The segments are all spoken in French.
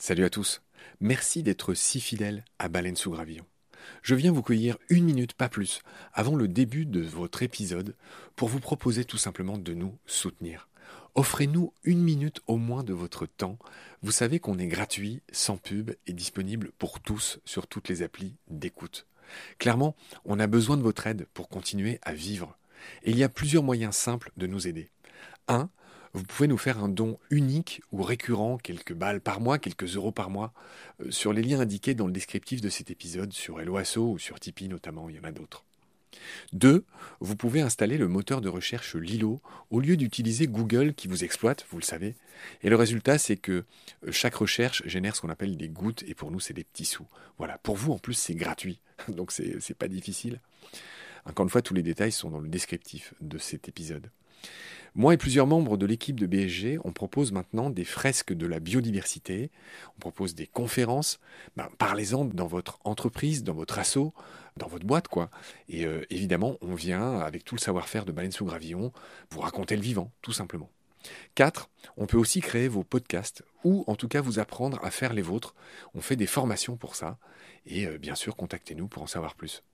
Salut à tous. Merci d'être si fidèles à Baleine sous Gravillon. Je viens vous cueillir 1 minute, pas plus, avant le début de votre épisode pour vous proposer tout simplement de nous soutenir. Offrez-nous 1 minute au moins de votre temps. Vous savez qu'on est gratuit, sans pub et disponible pour tous sur toutes les applis d'écoute. Clairement, on a besoin de votre aide pour continuer à vivre. Et il y a plusieurs moyens simples de nous aider. 1. Vous pouvez nous faire un don unique ou récurrent, quelques balles par mois, quelques euros par mois, sur les liens indiqués dans le descriptif de cet épisode, sur Helloasso ou sur Tipeee notamment, il y en a d'autres. 2. Vous pouvez installer le moteur de recherche Lilo au lieu d'utiliser Google qui vous exploite, vous le savez. Et le résultat, c'est que chaque recherche génère ce qu'on appelle des gouttes, et pour nous, c'est des petits sous. Voilà, pour vous, en plus, c'est gratuit, donc c'est pas difficile. Encore une fois, tous les détails sont dans le descriptif de cet épisode. Moi et plusieurs membres de l'équipe de BSG, on propose maintenant des fresques de la biodiversité, on propose des conférences, parlez-en dans votre entreprise, dans votre asso, dans votre boîte quoi. Et évidemment, on vient avec tout le savoir-faire de Baleine sous Gravillon vous raconter le vivant, tout simplement. 4. On peut aussi créer vos podcasts, ou en tout cas vous apprendre à faire les vôtres. On fait des formations pour ça, et bien sûr, contactez-nous pour en savoir plus.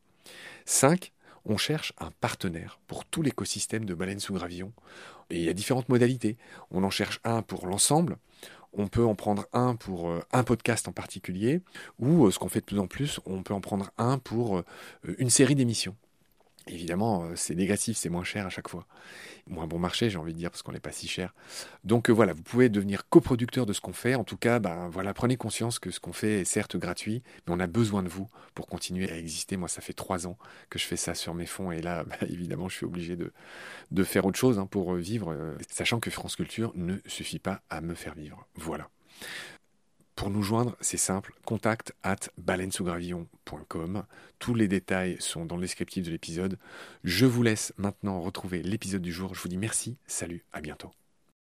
5. On cherche un partenaire pour tout l'écosystème de Baleine sous Gravillon. Et il y a différentes modalités. On en cherche un pour l'ensemble. On peut en prendre un pour un podcast en particulier. Ou, ce qu'on fait de plus en plus, on peut en prendre un pour une série d'émissions. Évidemment, c'est négatif, c'est moins cher à chaque fois. Moins bon marché, j'ai envie de dire, parce qu'on n'est pas si cher. Donc voilà, vous pouvez devenir coproducteur de ce qu'on fait. En tout cas, prenez conscience que ce qu'on fait est certes gratuit, mais on a besoin de vous pour continuer à exister. Moi, ça fait 3 ans que je fais ça sur mes fonds, et là, évidemment, je suis obligé de faire autre chose pour vivre, sachant que France Culture ne suffit pas à me faire vivre. Voilà. Pour nous joindre, c'est simple, contact@baleinesousgravillon.com. Tous les détails sont dans le descriptif de l'épisode. Je vous laisse maintenant retrouver l'épisode du jour. Je vous dis merci, salut, à bientôt.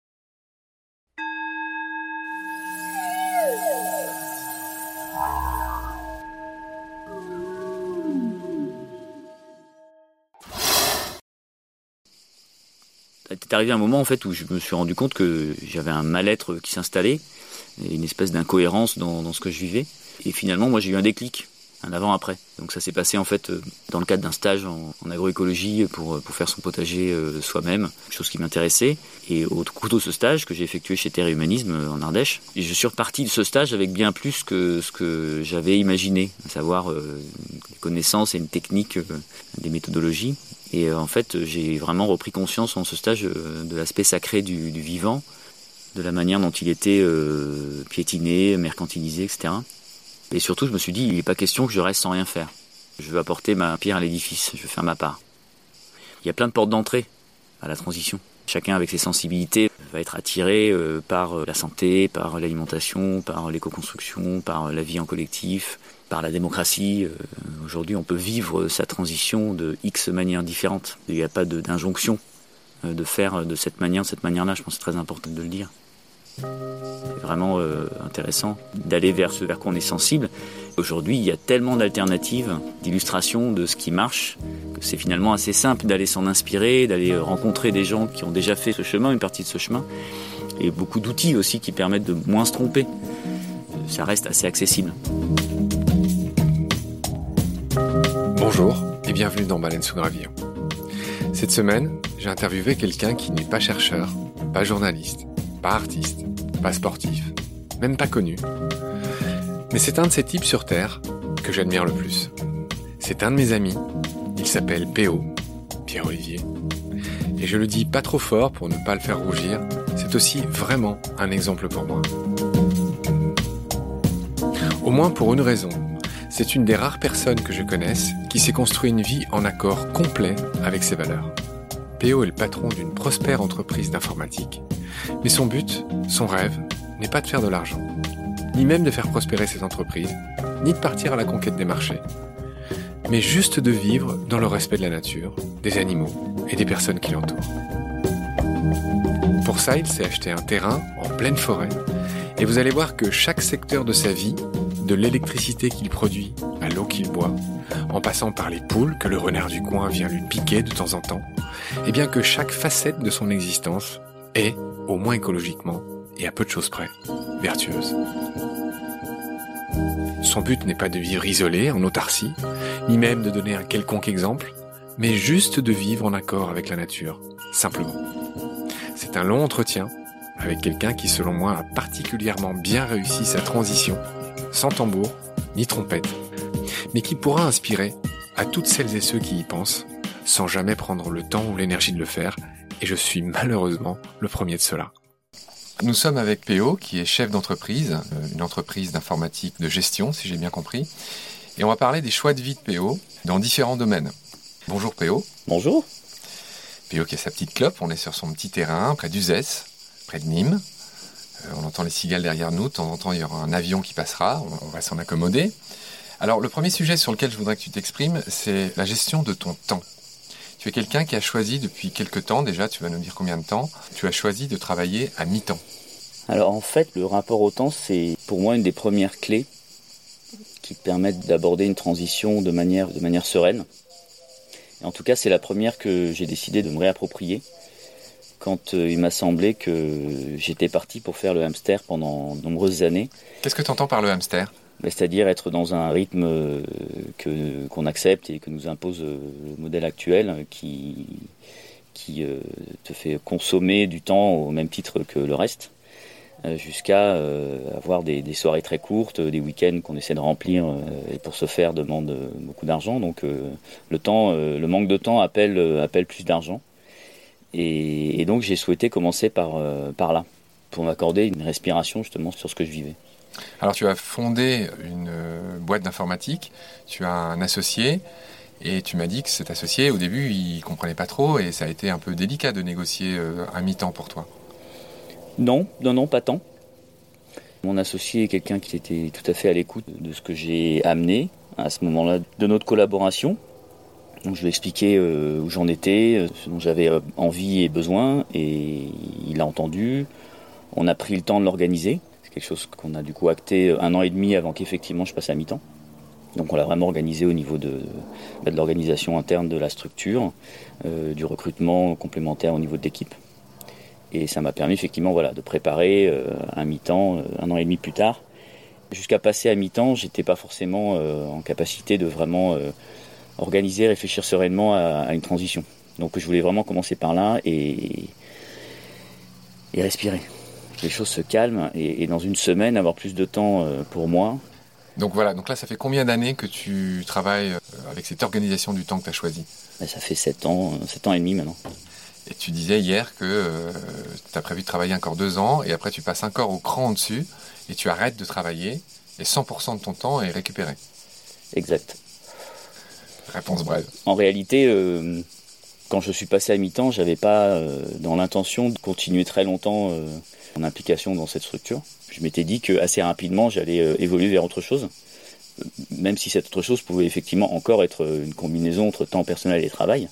C'est arrivé un moment en fait où je me suis rendu compte que j'avais un mal-être qui s'installait, et une espèce d'incohérence dans ce que je vivais. Et finalement, moi j'ai eu un déclic, un avant-après. Donc ça s'est passé en fait dans le cadre d'un stage en agroécologie pour faire son potager soi-même, chose qui m'intéressait. Et au cours de ce stage que j'ai effectué chez Terre et Humanisme en Ardèche, et je suis reparti de ce stage avec bien plus que ce que j'avais imaginé, à savoir des connaissances et une technique, des méthodologies. Et en fait, j'ai vraiment repris conscience en ce stage de l'aspect sacré du vivant, de la manière dont il était piétiné, mercantilisé, etc. Et surtout, je me suis dit, il n'est pas question que je reste sans rien faire. Je veux apporter ma pierre à l'édifice, je veux faire ma part. Il y a plein de portes d'entrée à la transition. Chacun avec ses sensibilités va être attiré par la santé, par l'alimentation, par l'éco-construction, par la vie en collectif, par la démocratie. Aujourd'hui, on peut vivre sa transition de X manières différentes. Il n'y a pas d'injonction de faire de cette manière-là. Je pense que c'est très important de le dire. C'est vraiment intéressant d'aller vers ce vers quoi on est sensible. Aujourd'hui, il y a tellement d'alternatives, d'illustrations de ce qui marche, que c'est finalement assez simple d'aller s'en inspirer, d'aller rencontrer des gens qui ont déjà fait ce chemin, une partie de ce chemin, et beaucoup d'outils aussi qui permettent de moins se tromper. Ça reste assez accessible. Bonjour et bienvenue dans Baleine sous Gravillon. Cette semaine, j'ai interviewé quelqu'un qui n'est pas chercheur, pas journaliste, pas artiste, pas sportif, même pas connu. Mais c'est un de ces types sur Terre que j'admire le plus. C'est un de mes amis, il s'appelle PO, Pierre-Olivier. Et je le dis pas trop fort pour ne pas le faire rougir, c'est aussi vraiment un exemple pour moi. Au moins pour une raison. C'est une des rares personnes que je connaisse qui s'est construit une vie en accord complet avec ses valeurs. PO est le patron d'une prospère entreprise d'informatique, mais son but, son rêve, n'est pas de faire de l'argent, ni même de faire prospérer cette entreprise, ni de partir à la conquête des marchés, mais juste de vivre dans le respect de la nature, des animaux et des personnes qui l'entourent. Pour ça, il s'est acheté un terrain en pleine forêt, et vous allez voir que chaque secteur de sa vie, de l'électricité qu'il produit à l'eau qu'il boit, en passant par les poules que le renard du coin vient lui piquer de temps en temps, et bien que chaque facette de son existence est, au moins écologiquement, et à peu de choses près, vertueuse. Son but n'est pas de vivre isolé, en autarcie, ni même de donner un quelconque exemple, mais juste de vivre en accord avec la nature, simplement. C'est un long entretien avec quelqu'un qui, selon moi, a particulièrement bien réussi sa transition, sans tambour ni trompette, mais qui pourra inspirer à toutes celles et ceux qui y pensent, sans jamais prendre le temps ou l'énergie de le faire, et je suis malheureusement le premier de ceux-là. Nous sommes avec Péo, qui est chef d'entreprise, une entreprise d'informatique de gestion, si j'ai bien compris, et on va parler des choix de vie de Péo dans différents domaines. Bonjour Péo. Bonjour. Péo qui a sa petite clope, on est sur son petit terrain, près d'Uzès, près de Nîmes. On entend les cigales derrière nous, de temps en temps il y aura un avion qui passera, on va s'en accommoder. Alors le premier sujet sur lequel je voudrais que tu t'exprimes, c'est la gestion de ton temps. Tu es quelqu'un qui a choisi depuis quelques temps, déjà tu vas nous dire combien de temps, tu as choisi de travailler à mi-temps. Alors en fait, le rapport au temps, c'est pour moi une des premières clés qui permettent d'aborder une transition de manière sereine. Et en tout cas, c'est la première que j'ai décidé de me réapproprier quand il m'a semblé que j'étais parti pour faire le hamster pendant de nombreuses années. Qu'est-ce que tu entends par le hamster ? C'est-à-dire être dans un rythme qu'on accepte et que nous impose le modèle actuel qui te fait consommer du temps au même titre que le reste, jusqu'à avoir des soirées très courtes, des week-ends qu'on essaie de remplir et pour ce faire demande beaucoup d'argent. Donc le manque de temps appelle plus d'argent. Et donc j'ai souhaité commencer par là, pour m'accorder une respiration justement sur ce que je vivais. Alors tu as fondé une boîte d'informatique, tu as un associé, et tu m'as dit que cet associé, au début, il ne comprenait pas trop, et ça a été un peu délicat de négocier un mi-temps pour toi. Non, pas tant. Mon associé est quelqu'un qui était tout à fait à l'écoute de ce que j'ai amené à ce moment-là de notre collaboration. Donc je lui ai expliqué où j'en étais, ce dont j'avais envie et besoin, et il a entendu. On a pris le temps de l'organiser. C'est quelque chose qu'on a du coup acté 1 an et demi avant qu'effectivement je passe à mi-temps. Donc on l'a vraiment organisé au niveau de l'organisation interne de la structure, du recrutement complémentaire au niveau de l'équipe. Et ça m'a permis effectivement de préparer un mi-temps 1 an et demi plus tard. Jusqu'à passer à mi-temps, j'étais pas forcément en capacité de vraiment organiser, réfléchir sereinement à une transition. Donc je voulais vraiment commencer par là et respirer. Que les choses se calment et dans une semaine avoir plus de temps pour moi. Donc voilà, donc là ça fait combien d'années que tu travailles avec cette organisation du temps que tu as choisie ? Ça fait 7 ans et demi maintenant. Et tu disais hier que tu as prévu de travailler encore 2 ans et après tu passes encore au cran au-dessus et tu arrêtes de travailler et 100% de ton temps est récupéré. Exact. Réponse brève. En réalité, quand je suis passé à mi-temps, j'avais pas dans l'intention de continuer très longtemps en implication dans cette structure. Je m'étais dit que assez rapidement, j'allais évoluer vers autre chose, même si cette autre chose pouvait effectivement encore être une combinaison entre temps personnel et travail.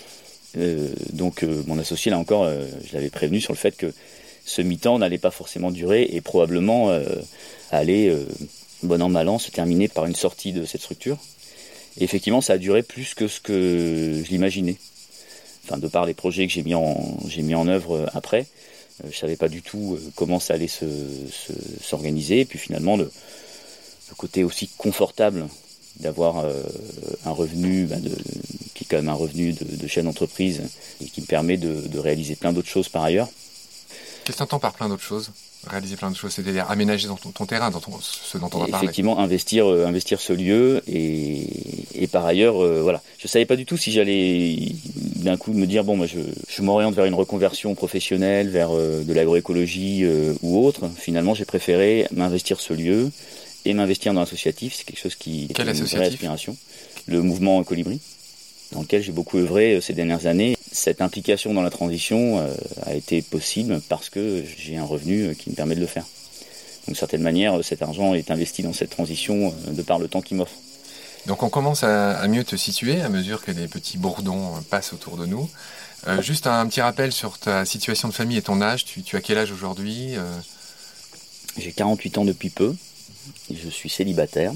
Donc mon associé, là encore, je l'avais prévenu sur le fait que ce mi-temps n'allait pas forcément durer et probablement allait, bon an mal an, se terminer par une sortie de cette structure. Et effectivement, ça a duré plus que ce que je l'imaginais. Enfin, de par les projets que j'ai mis en œuvre après, je savais pas du tout comment ça allait s'organiser. Et puis finalement, le côté aussi confortable d'avoir un revenu qui est quand même un revenu de chef d'entreprise et qui me permet de réaliser plein d'autres choses par ailleurs. Qu'est-ce que tu entends par plein d'autres choses ? Réaliser plein de choses, c'est-à-dire aménager ton terrain, ce dont on va parler. Effectivement, investir ce lieu et par ailleurs, je savais pas du tout si j'allais d'un coup me dire je m'oriente vers une reconversion professionnelle, vers de l'agroécologie ou autre. Finalement, j'ai préféré m'investir ce lieu et m'investir dans l'associatif. C'est quelque chose qui est une vraie aspiration. Le mouvement Colibri, dans lequel j'ai beaucoup œuvré ces dernières années. Cette implication dans la transition a été possible parce que j'ai un revenu qui me permet de le faire. Donc d'une certaine manière, cet argent est investi dans cette transition de par le temps qu'il m'offre. Donc on commence à mieux te situer à mesure que les petits bourdons passent autour de nous. Juste un petit rappel sur ta situation de famille et ton âge. Tu as quel âge aujourd'hui ? J'ai 48 ans depuis peu. Et je suis célibataire.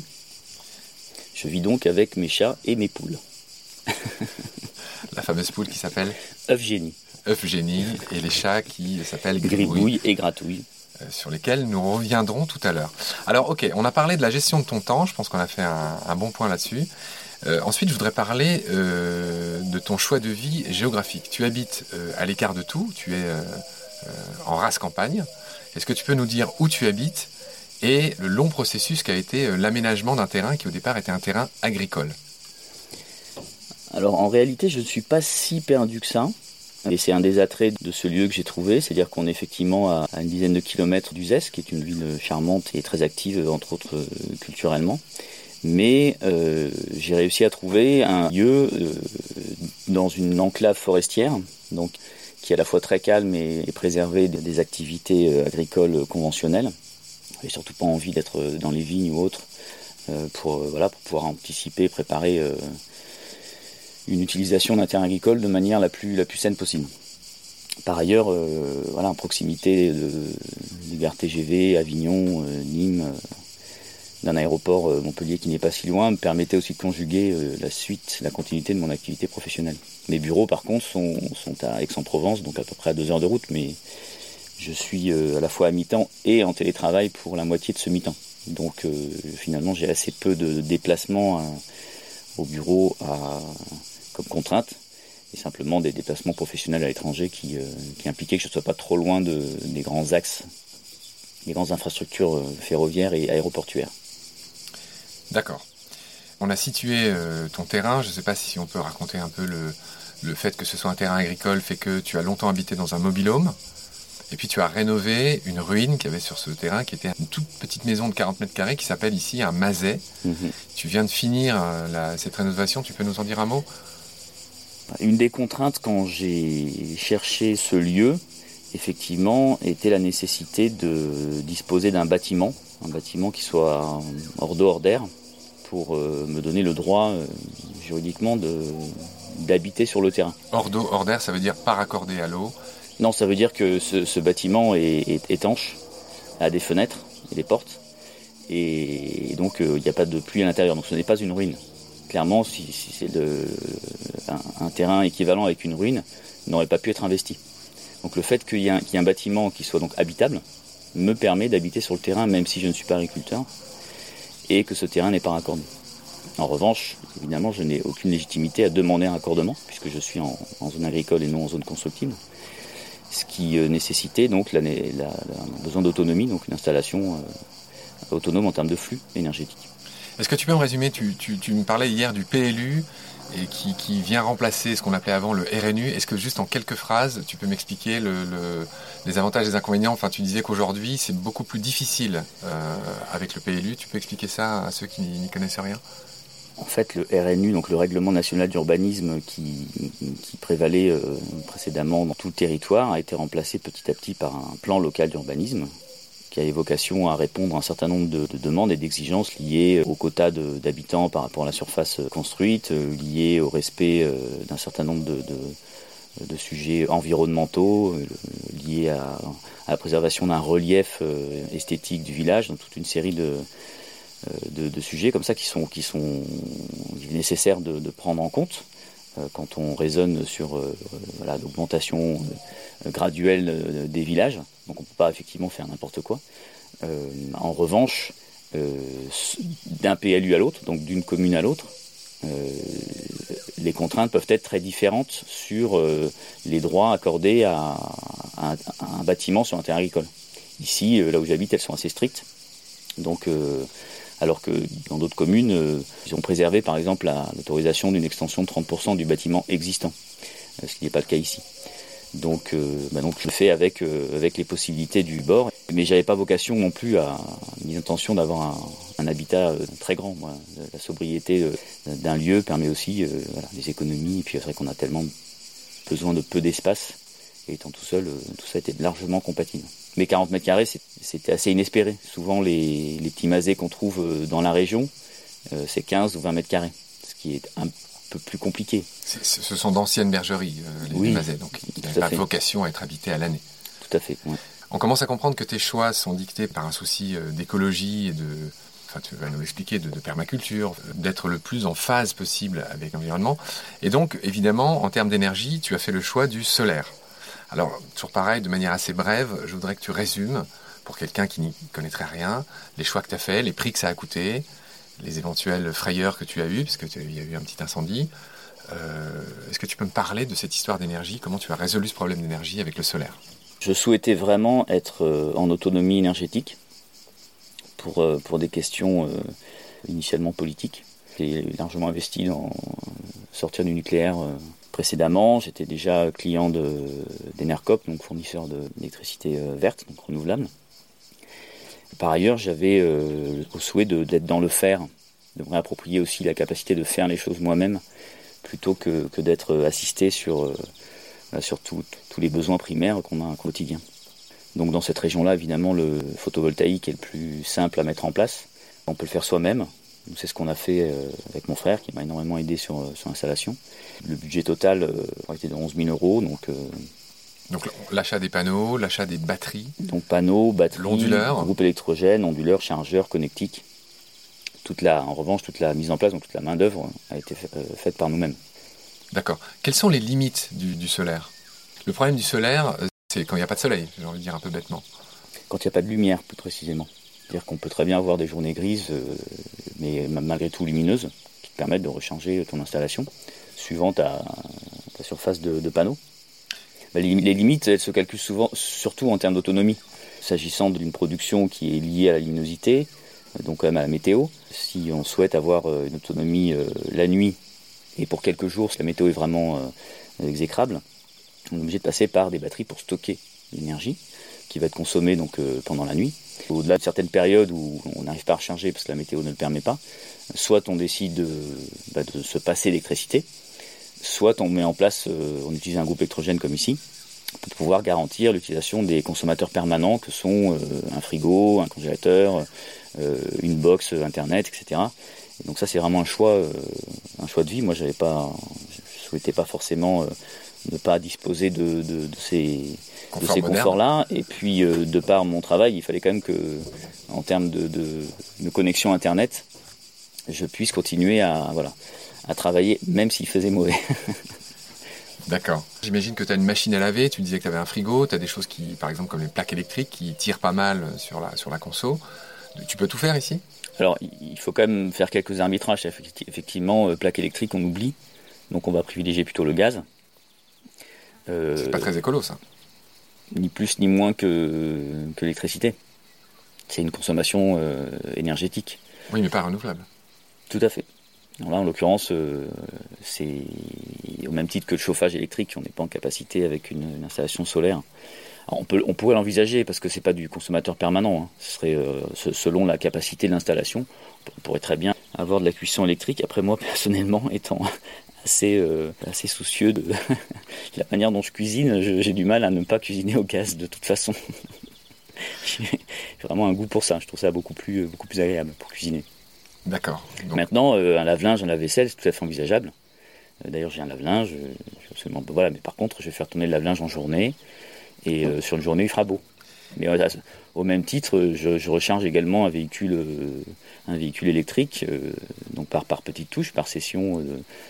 Je vis donc avec mes chats et mes poules. La fameuse poule qui s'appelle Eugénie. Eugénie et les chats qui s'appellent Gribouille et Gratouille. sur lesquels nous reviendrons tout à l'heure. Alors ok, on a parlé de la gestion de ton temps, je pense qu'on a fait un bon point là-dessus. Ensuite, je voudrais parler de ton choix de vie géographique. Tu habites à l'écart de tout, tu es en race campagne. Est-ce que tu peux nous dire où tu habites et le long processus qu'a été l'aménagement d'un terrain qui au départ était un terrain agricole? Alors en réalité, je ne suis pas si perdu que ça. Et c'est un des attraits de ce lieu que j'ai trouvé, c'est-à-dire qu'on est effectivement à une dizaine de kilomètres d'Uzès, qui est une ville charmante et très active, entre autres culturellement. Mais j'ai réussi à trouver un lieu dans une enclave forestière, donc qui est à la fois très calme et préservé des activités agricoles conventionnelles. J'ai surtout pas envie d'être dans les vignes ou autres pour pouvoir anticiper, préparer une utilisation d'un terrain agricole de manière la plus saine possible. Par ailleurs, en proximité des gares TGV, Avignon, Nîmes, d'un aéroport Montpellier qui n'est pas si loin, me permettait aussi de conjuguer la continuité de mon activité professionnelle. Mes bureaux, par contre, sont à Aix-en-Provence, donc à peu près à 2 heures de route, mais je suis à la fois à mi-temps et en télétravail pour la moitié de ce mi-temps. Donc finalement, j'ai assez peu de déplacements au bureau comme contrainte, et simplement des déplacements professionnels à l'étranger qui impliquaient que je ne sois pas trop loin des grands axes, des grandes infrastructures ferroviaires et aéroportuaires. D'accord. On a situé ton terrain, je ne sais pas si on peut raconter un peu le fait que ce soit un terrain agricole fait que tu as longtemps habité dans un mobil-home, et puis tu as rénové une ruine qu'il y avait sur ce terrain, qui était une toute petite maison de 40 mètres carrés qui s'appelle ici un maset. Tu viens de finir cette rénovation, tu peux nous en dire un mot? Une des contraintes quand j'ai cherché ce lieu, effectivement, était la nécessité de disposer d'un bâtiment, un bâtiment qui soit hors d'eau, hors d'air, pour me donner le droit juridiquement d'habiter sur le terrain. Hors d'eau, hors d'air, ça veut dire pas raccordé à l'eau? Non, ça veut dire que ce bâtiment est étanche, a des fenêtres et des portes, et donc il n'y a pas de pluie à l'intérieur, donc ce n'est pas une ruine. Clairement, si c'est un terrain équivalent avec une ruine, n'aurait pas pu être investi. Donc le fait qu'il y ait un bâtiment qui soit donc habitable me permet d'habiter sur le terrain, même si je ne suis pas agriculteur, et que ce terrain n'est pas raccordé. En revanche, évidemment, je n'ai aucune légitimité à demander un raccordement, puisque je suis en zone agricole et non en zone constructible, ce qui nécessitait donc un besoin d'autonomie, donc une installation autonome en termes de flux énergétique. Est-ce que tu peux me résumer, tu me parlais hier du PLU et qui vient remplacer ce qu'on appelait avant le RNU. Est-ce que juste en quelques phrases, tu peux m'expliquer les avantages et les inconvénients? Enfin, tu disais qu'aujourd'hui, c'est beaucoup plus difficile avec le PLU. Tu peux expliquer ça à ceux qui n'y connaissent rien? En fait, le RNU, donc le Règlement National d'Urbanisme qui prévalait précédemment dans tout le territoire, a été remplacé petit à petit par un plan local d'urbanisme qui avait vocation à répondre à un certain nombre de demandes et d'exigences liées au quota d'habitants par rapport à la surface construite, liées au respect d'un certain nombre de sujets environnementaux, liés à la préservation d'un relief esthétique du village, donc toute une série de sujets comme ça qui sont nécessaires de prendre en compte quand on raisonne sur l'augmentation graduelle des villages. Donc on ne peut pas effectivement faire n'importe quoi. En revanche, d'un PLU à l'autre, donc d'une commune à l'autre, les contraintes peuvent être très différentes sur les droits accordés à un bâtiment sur un terrain agricole. Ici, là où j'habite, elles sont assez strictes. Donc, alors que dans d'autres communes, ils ont préservé par exemple l'autorisation d'une extension de 30% du bâtiment existant, ce qui n'est pas le cas ici. Donc je le fais avec les possibilités du bord, mais j'avais pas vocation non plus ni intention d'avoir un habitat très grand. Moi. La sobriété d'un lieu permet aussi des économies, et puis c'est vrai qu'on a tellement besoin de peu d'espace, et étant tout seul, tout ça était largement compatible. Mais 40 mètres carrés, c'était assez inespéré. Souvent, les petits masés qu'on trouve dans la région, c'est 15 ou 20 mètres carrés, ce qui est un peu plus compliqué. Ce sont d'anciennes bergeries, les masets, donc ils n'avaient pas vocation à être habités à l'année. Tout à fait, oui. On commence à comprendre que tes choix sont dictés par un souci d'écologie et tu vas nous expliquer, de permaculture, d'être le plus en phase possible avec l'environnement. Et donc, évidemment, en termes d'énergie, tu as fait le choix du solaire. Alors, toujours pareil, de manière assez brève, je voudrais que tu résumes pour quelqu'un qui n'y connaîtrait rien, les choix que tu as faits, les prix que ça a coûté, les éventuelles frayeurs que tu as eues, parce qu'il y a eu un petit incendie. Est-ce que tu peux me parler de cette histoire d'énergie? Comment tu as résolu ce problème d'énergie avec le solaire? Je souhaitais vraiment être en autonomie énergétique pour des questions initialement politiques. J'ai largement investi dans sortir du nucléaire précédemment. J'étais déjà client d'Enercop, donc fournisseur d'électricité verte, donc renouvelable. Par ailleurs, j'avais le souhait d'être dans le faire, de me réapproprier aussi la capacité de faire les choses moi-même, plutôt que d'être assisté sur tous les besoins primaires qu'on a au quotidien. Donc dans cette région-là, évidemment, le photovoltaïque est le plus simple à mettre en place. On peut le faire soi-même. C'est ce qu'on a fait avec mon frère, qui m'a énormément aidé sur l'installation. Le budget total a été de 11 000 €. Donc l'achat des panneaux, l'achat des batteries. Donc panneaux, batteries, l'onduleur, groupe électrogène, onduleur, chargeur, connectique. En revanche, toute la mise en place, donc toute la main-d'œuvre a été faite par nous-mêmes. D'accord. Quelles sont les limites du solaire? Le problème du solaire, c'est quand il n'y a pas de soleil, j'ai envie de dire un peu bêtement. Quand il n'y a pas de lumière, plus précisément. C'est-à-dire qu'on peut très bien avoir des journées grises, mais malgré tout lumineuses, qui te permettent de recharger ton installation, suivant ta surface de panneaux. Les limites, elles se calculent souvent, surtout en termes d'autonomie. S'agissant d'une production qui est liée à la luminosité, donc quand même à la météo, si on souhaite avoir une autonomie la nuit, et pour quelques jours, si la météo est vraiment exécrable, on est obligé de passer par des batteries pour stocker l'énergie qui va être consommée donc, pendant la nuit. Au-delà de certaines périodes où on n'arrive pas à recharger parce que la météo ne le permet pas, soit on décide de se passer d'électricité, soit on met en place, on utilise un groupe électrogène comme ici, pour pouvoir garantir l'utilisation des consommateurs permanents que sont un frigo, un congélateur, une box internet, etc. Et donc ça c'est vraiment un choix de vie. Moi je souhaitais pas forcément ne pas disposer de ces conforts-là. Et puis de par mon travail, il fallait quand même que, en termes de connexion internet, je puisse continuer à travailler même s'il faisait mauvais. D'accord. J'imagine que tu as une machine à laver, tu disais que tu avais un frigo, tu as des choses qui, par exemple comme les plaques électriques, qui tirent pas mal sur la conso. Tu peux tout faire ici? Alors, il faut quand même faire quelques arbitrages. Effectivement, plaques électriques, on oublie. Donc on va privilégier plutôt le gaz. C'est pas très écolo, ça. Ni plus ni moins que l'électricité. C'est une consommation énergétique. Oui, mais pas renouvelable. Tout à fait. Alors là, en l'occurrence, c'est au même titre que le chauffage électrique, on n'est pas en capacité avec une installation solaire. Alors on pourrait l'envisager parce que c'est pas du consommateur permanent. Hein. Ce serait selon la capacité de l'installation. On pourrait très bien avoir de la cuisson électrique. Après moi, personnellement, étant assez soucieux de la manière dont je cuisine, j'ai du mal à ne pas cuisiner au gaz de toute façon. J'ai vraiment un goût pour ça. Je trouve ça beaucoup plus agréable pour cuisiner. D'accord. Donc... Maintenant, un lave-linge, un lave-vaisselle, c'est tout à fait envisageable. D'ailleurs, j'ai un lave-linge, absolument. Voilà, mais par contre, je vais faire tourner le lave-linge en journée, et sur une journée, il fera beau. Mais au même titre, je recharge également un véhicule électrique, donc par petite touche, par session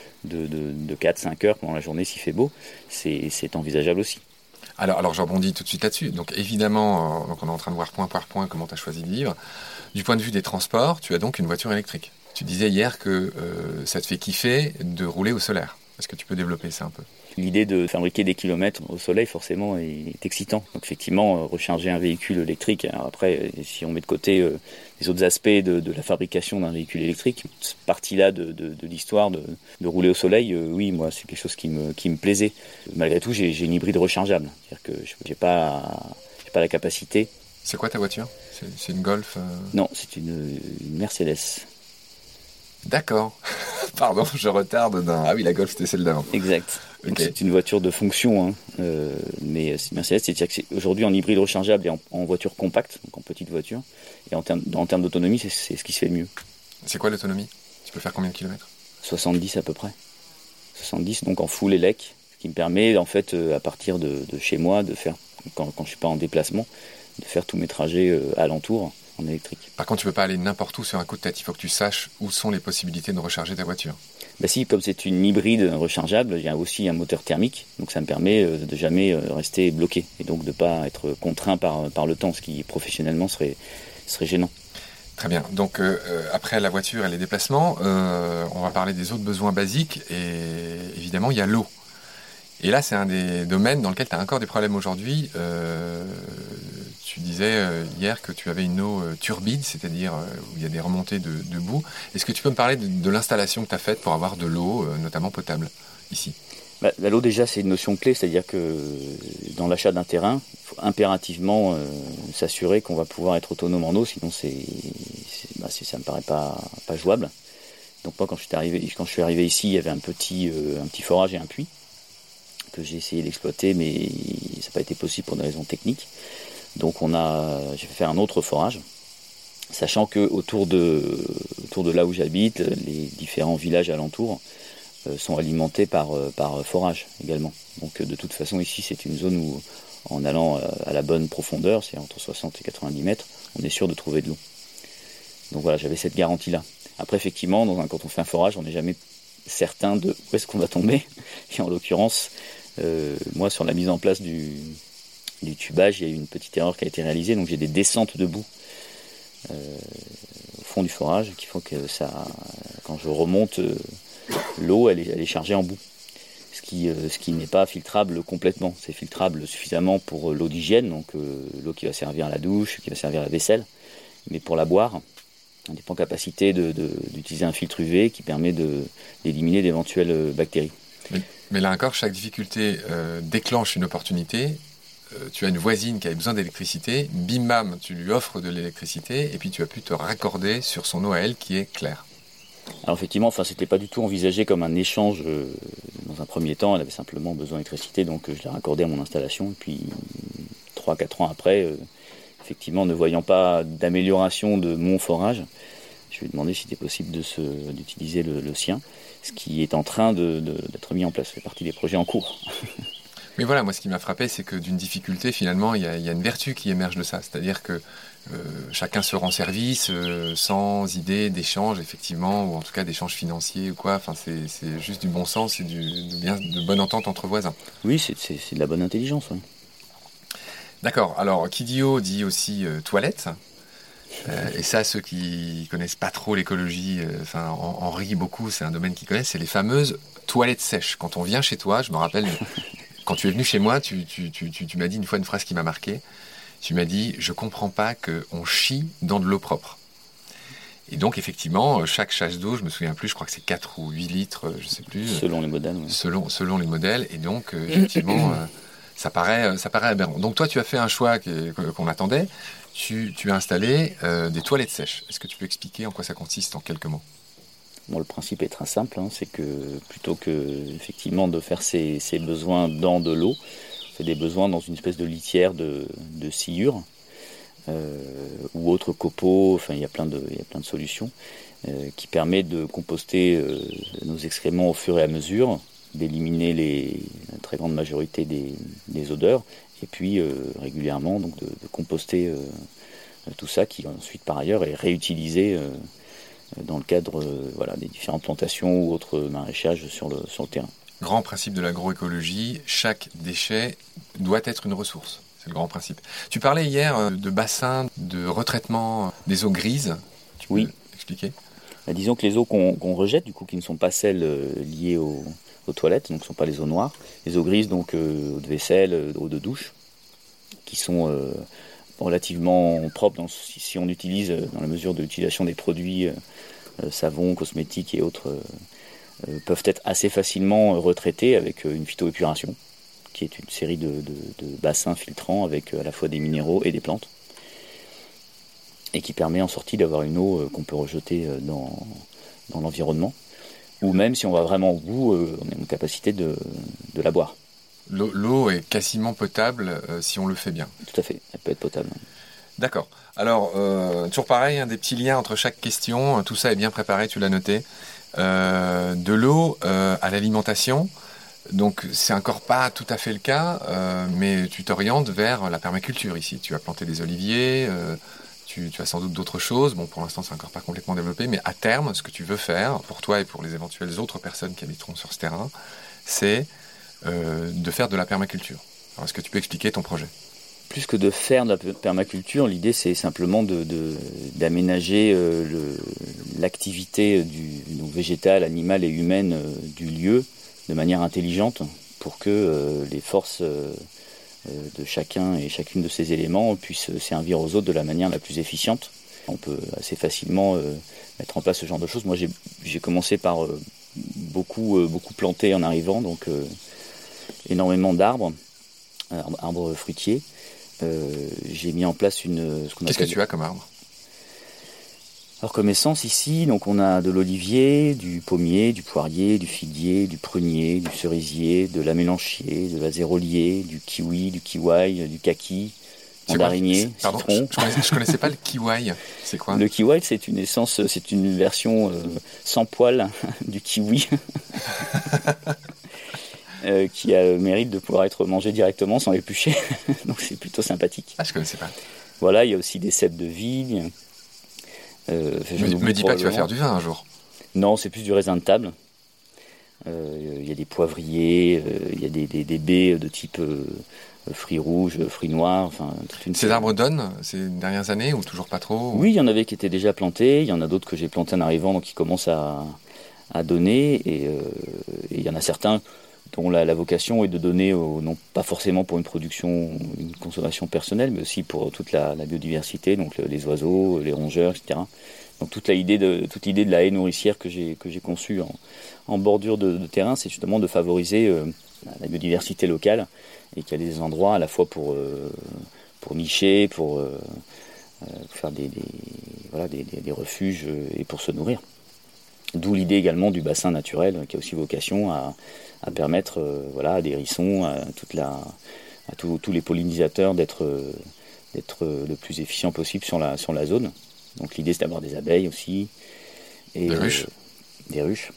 de 4-5 heures pendant la journée s'il fait beau. C'est envisageable aussi. Alors je rebondis tout de suite là-dessus. Donc évidemment, donc on est en train de voir point par point comment tu as choisi de vivre. Du point de vue des transports, tu as donc une voiture électrique. Tu disais hier que ça te fait kiffer de rouler au solaire. Est-ce que tu peux développer ça un peu? L'idée de fabriquer des kilomètres au soleil, forcément, est excitant. Donc effectivement, recharger un véhicule électrique, alors après, si on met de côté les autres aspects de la fabrication d'un véhicule électrique, cette partie-là de l'histoire de rouler au soleil, oui, moi, c'est quelque chose qui me plaisait. Malgré tout, j'ai une hybride rechargeable. C'est-à-dire que j'ai pas la capacité. C'est quoi ta voiture? C'est une Golf Non, c'est une Mercedes. D'accord. Pardon, je retarde d'un... Ah oui, la Golf, c'était celle d'avant. Exact. Donc Okay. c'est une voiture de fonction, hein. Mais c'est Mercedes, c'est-à-dire que c'est aujourd'hui en hybride rechargeable et en voiture compacte, donc en petite voiture. Et en termes d'autonomie, c'est ce qui se fait le mieux. C'est quoi l'autonomie? Tu peux faire combien de kilomètres? 70 à peu près. 70, donc en full élec, ce qui me permet, en fait, à partir de chez moi, de faire, quand je ne suis pas en déplacement, de faire tous mes trajets alentour en électrique. Par contre, tu peux pas aller n'importe où sur un coup de tête. Il faut que tu saches où sont les possibilités de recharger ta voiture. Bah si, comme c'est une hybride rechargeable, il y a aussi un moteur thermique, donc ça me permet de jamais rester bloqué et donc de ne pas être contraint par le temps, ce qui professionnellement serait gênant. Très bien. Donc après la voiture et les déplacements, on va parler des autres besoins basiques et évidemment il y a l'eau. Et là c'est un des domaines dans lequel tu as encore des problèmes aujourd'hui. Tu disais hier que tu avais une eau turbide, c'est-à-dire où il y a des remontées de boue. Est-ce que tu peux me parler de l'installation que tu as faite pour avoir de l'eau, notamment potable, ici ? L'eau déjà c'est une notion clé, c'est-à-dire que dans l'achat d'un terrain, il faut impérativement s'assurer qu'on va pouvoir être autonome en eau, sinon ça me paraît pas jouable. Donc moi quand je suis arrivé ici, il y avait un petit forage et un puits que j'ai essayé d'exploiter, mais ça n'a pas été possible pour des raisons techniques. Donc j'ai fait un autre forage, sachant que autour de là où j'habite, les différents villages alentours sont alimentés par forage également. Donc de toute façon ici c'est une zone où en allant à la bonne profondeur, c'est entre 60 et 90 mètres, on est sûr de trouver de l'eau. Donc voilà, j'avais cette garantie-là. Après effectivement, quand on fait un forage, on n'est jamais certain de où est-ce qu'on va tomber. Et en l'occurrence, moi sur la mise en place du tubage, il y a eu une petite erreur qui a été réalisée, donc j'ai des descentes de boue au fond du forage qui font que quand je remonte l'eau, elle est chargée en boue, ce qui n'est pas filtrable complètement. C'est filtrable suffisamment pour l'eau d'hygiène, donc l'eau qui va servir à la douche, qui va servir à la vaisselle, mais pour la boire, on n'est pas en capacité d'utiliser un filtre UV qui permet d'éliminer d'éventuelles bactéries. Mais là encore, chaque difficulté déclenche une opportunité. Tu as une voisine qui avait besoin d'électricité, bim bam, tu lui offres de l'électricité, et puis tu as pu te raccorder sur son eau à elle qui est claire. Alors effectivement, c'était pas du tout envisagé comme un échange dans un premier temps, elle avait simplement besoin d'électricité, donc je l'ai raccordée à mon installation, et puis 3-4 ans après, effectivement, ne voyant pas d'amélioration de mon forage, je lui ai demandé si c'était possible d'utiliser le sien, ce qui est en train d'être mis en place, ça fait partie des projets en cours. Mais voilà, moi ce qui m'a frappé, c'est que d'une difficulté, finalement, il y a une vertu qui émerge de ça. C'est-à-dire que chacun se rend service sans idée d'échange, effectivement, ou en tout cas d'échange financier ou quoi. Enfin, c'est juste du bon sens et de bonne entente entre voisins. Oui, c'est de la bonne intelligence. Oui. D'accord. Alors, qui dit eau dit aussi toilette. Et ça, ceux qui connaissent pas trop l'écologie, en rient beaucoup, c'est un domaine qu'ils connaissent, c'est les fameuses toilettes sèches. Quand on vient chez toi, je me rappelle... Quand tu es venu chez moi, tu m'as dit une fois une phrase qui m'a marqué. Tu m'as dit « Je comprends pas qu'on chie dans de l'eau propre ». Et donc, effectivement, chaque chasse d'eau, je me souviens plus, je crois que c'est 4 ou 8 litres, je sais plus. Selon les modèles, oui. Selon les modèles. Et donc, effectivement, ça paraît aberrant. Donc, toi, tu as fait un choix qu'on attendait. Tu as installé des toilettes sèches. Est-ce que tu peux expliquer en quoi ça consiste en quelques mots ? Bon, le principe est très simple, c'est que plutôt que effectivement de faire ses besoins dans de l'eau, on fait des besoins dans une espèce de litière de sciure ou autre copeaux. Enfin, il y a plein de solutions qui permettent de composter nos excréments au fur et à mesure, d'éliminer la très grande majorité des odeurs, et puis régulièrement donc de composter tout ça qui ensuite par ailleurs est réutilisé dans le cadre des différentes plantations ou autres maraîchages sur le terrain. Grand principe de l'agroécologie, chaque déchet doit être une ressource. C'est le grand principe. Tu parlais hier de bassins de retraitement des eaux grises. Tu peux expliquer ? Disons que les eaux qu'on rejette, du coup, qui ne sont pas celles liées aux toilettes, donc ne sont pas les eaux noires. Les eaux grises, donc eau de vaisselle, eau de douche, qui sont relativement propres si on utilise, dans la mesure de l'utilisation des produits savons, cosmétiques et autres, peuvent être assez facilement retraités avec une phytoépuration, qui est une série de bassins filtrants avec à la fois des minéraux et des plantes, et qui permet en sortie d'avoir une eau qu'on peut rejeter dans l'environnement, ou même si on va vraiment au bout, on est en capacité de la boire. L'eau est quasiment potable si on le fait bien. Tout à fait, elle peut être potable. D'accord. Alors, toujours pareil, des petits liens entre chaque question, tout ça est bien préparé, tu l'as noté. De l'eau à l'alimentation, donc c'est encore pas tout à fait le cas, mais tu t'orientes vers la permaculture ici. Tu as planté des oliviers, tu as sans doute d'autres choses. Bon, pour l'instant, c'est encore pas complètement développé, mais à terme, ce que tu veux faire, pour toi et pour les éventuelles autres personnes qui habiteront sur ce terrain, c'est de faire de la permaculture. Alors, est-ce que tu peux expliquer ton projet ? Plus que de faire de la permaculture, l'idée c'est simplement d'aménager l'activité donc végétale, animale et humaine du lieu de manière intelligente pour que les forces de chacun et chacune de ces éléments puissent servir aux autres de la manière la plus efficiente. On peut assez facilement mettre en place ce genre de choses. Moi j'ai commencé par beaucoup planter en arrivant, donc énormément d'arbres fruitiers. J'ai mis en place ce qu'on appelle... Qu'est-ce que tu as comme arbre ? Alors comme essence ici, donc on a de l'olivier, du pommier, du poirier, du figuier, du prunier, du cerisier, de la mélanchier, de l'azérolier, du kiwi, du kiwai, du kaki, mandarinier, citron. Je connaissais pas le kiwai. C'est quoi ? Le kiwai, c'est une essence, c'est une version sans poil du kiwi. Qui a le mérite de pouvoir être mangé directement sans l'éplucher. Donc c'est plutôt sympathique. Ah, je connaissais pas. Voilà, il y a aussi des cèpes de vigne. Me dis pas que tu vas faire du vin un jour. Non, c'est plus du raisin de table. Il y a des poivriers, il y a des baies de type fruits rouges, fruits noirs. Enfin, ces arbres donnent ces dernières années ou toujours pas trop ? Oui, il y en avait qui étaient déjà plantés. Il y en a d'autres que j'ai plantés en arrivant, donc qui commencent à donner. Et il y en a certains dont la vocation est de donner, non pas forcément pour une production, une consommation personnelle, mais aussi pour toute la biodiversité, donc les oiseaux, les rongeurs, etc. Donc toute l'idée de la haie nourricière que j'ai conçue en bordure de terrain, c'est justement de favoriser la biodiversité locale et qu'il y a des endroits à la fois pour nicher, pour faire des refuges et pour se nourrir. D'où l'idée également du bassin naturel qui a aussi vocation à permettre à des hérissons, à tous les pollinisateurs d'être le plus efficient possible sur la zone. Donc l'idée c'est d'avoir des abeilles aussi. Et, des ruches. Des ruches.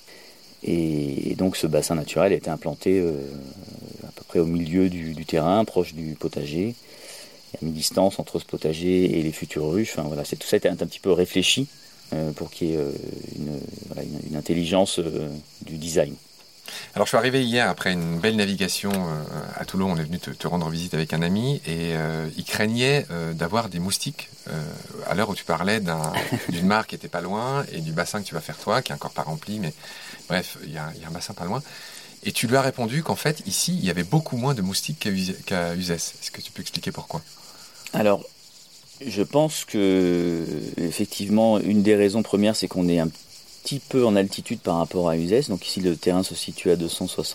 Et donc ce bassin naturel a été implanté à peu près au milieu du terrain, proche du potager, à mi-distance entre ce potager et les futures ruches. Enfin, voilà, tout ça a été un petit peu réfléchi pour qu'il y ait une intelligence du design. Alors je suis arrivé hier après une belle navigation à Toulon, on est venu te rendre visite avec un ami et il craignait d'avoir des moustiques à l'heure où tu parlais d'une mare qui était pas loin et du bassin que tu vas faire toi, qui est encore pas rempli, mais bref, il y a un bassin pas loin. Et tu lui as répondu qu'en fait ici il y avait beaucoup moins de moustiques qu'à Uzès. Est-ce que tu peux expliquer pourquoi ? Alors je pense que effectivement une des raisons premières c'est qu'on est un petit peu en altitude par rapport à Uzès. Donc ici le terrain se situe à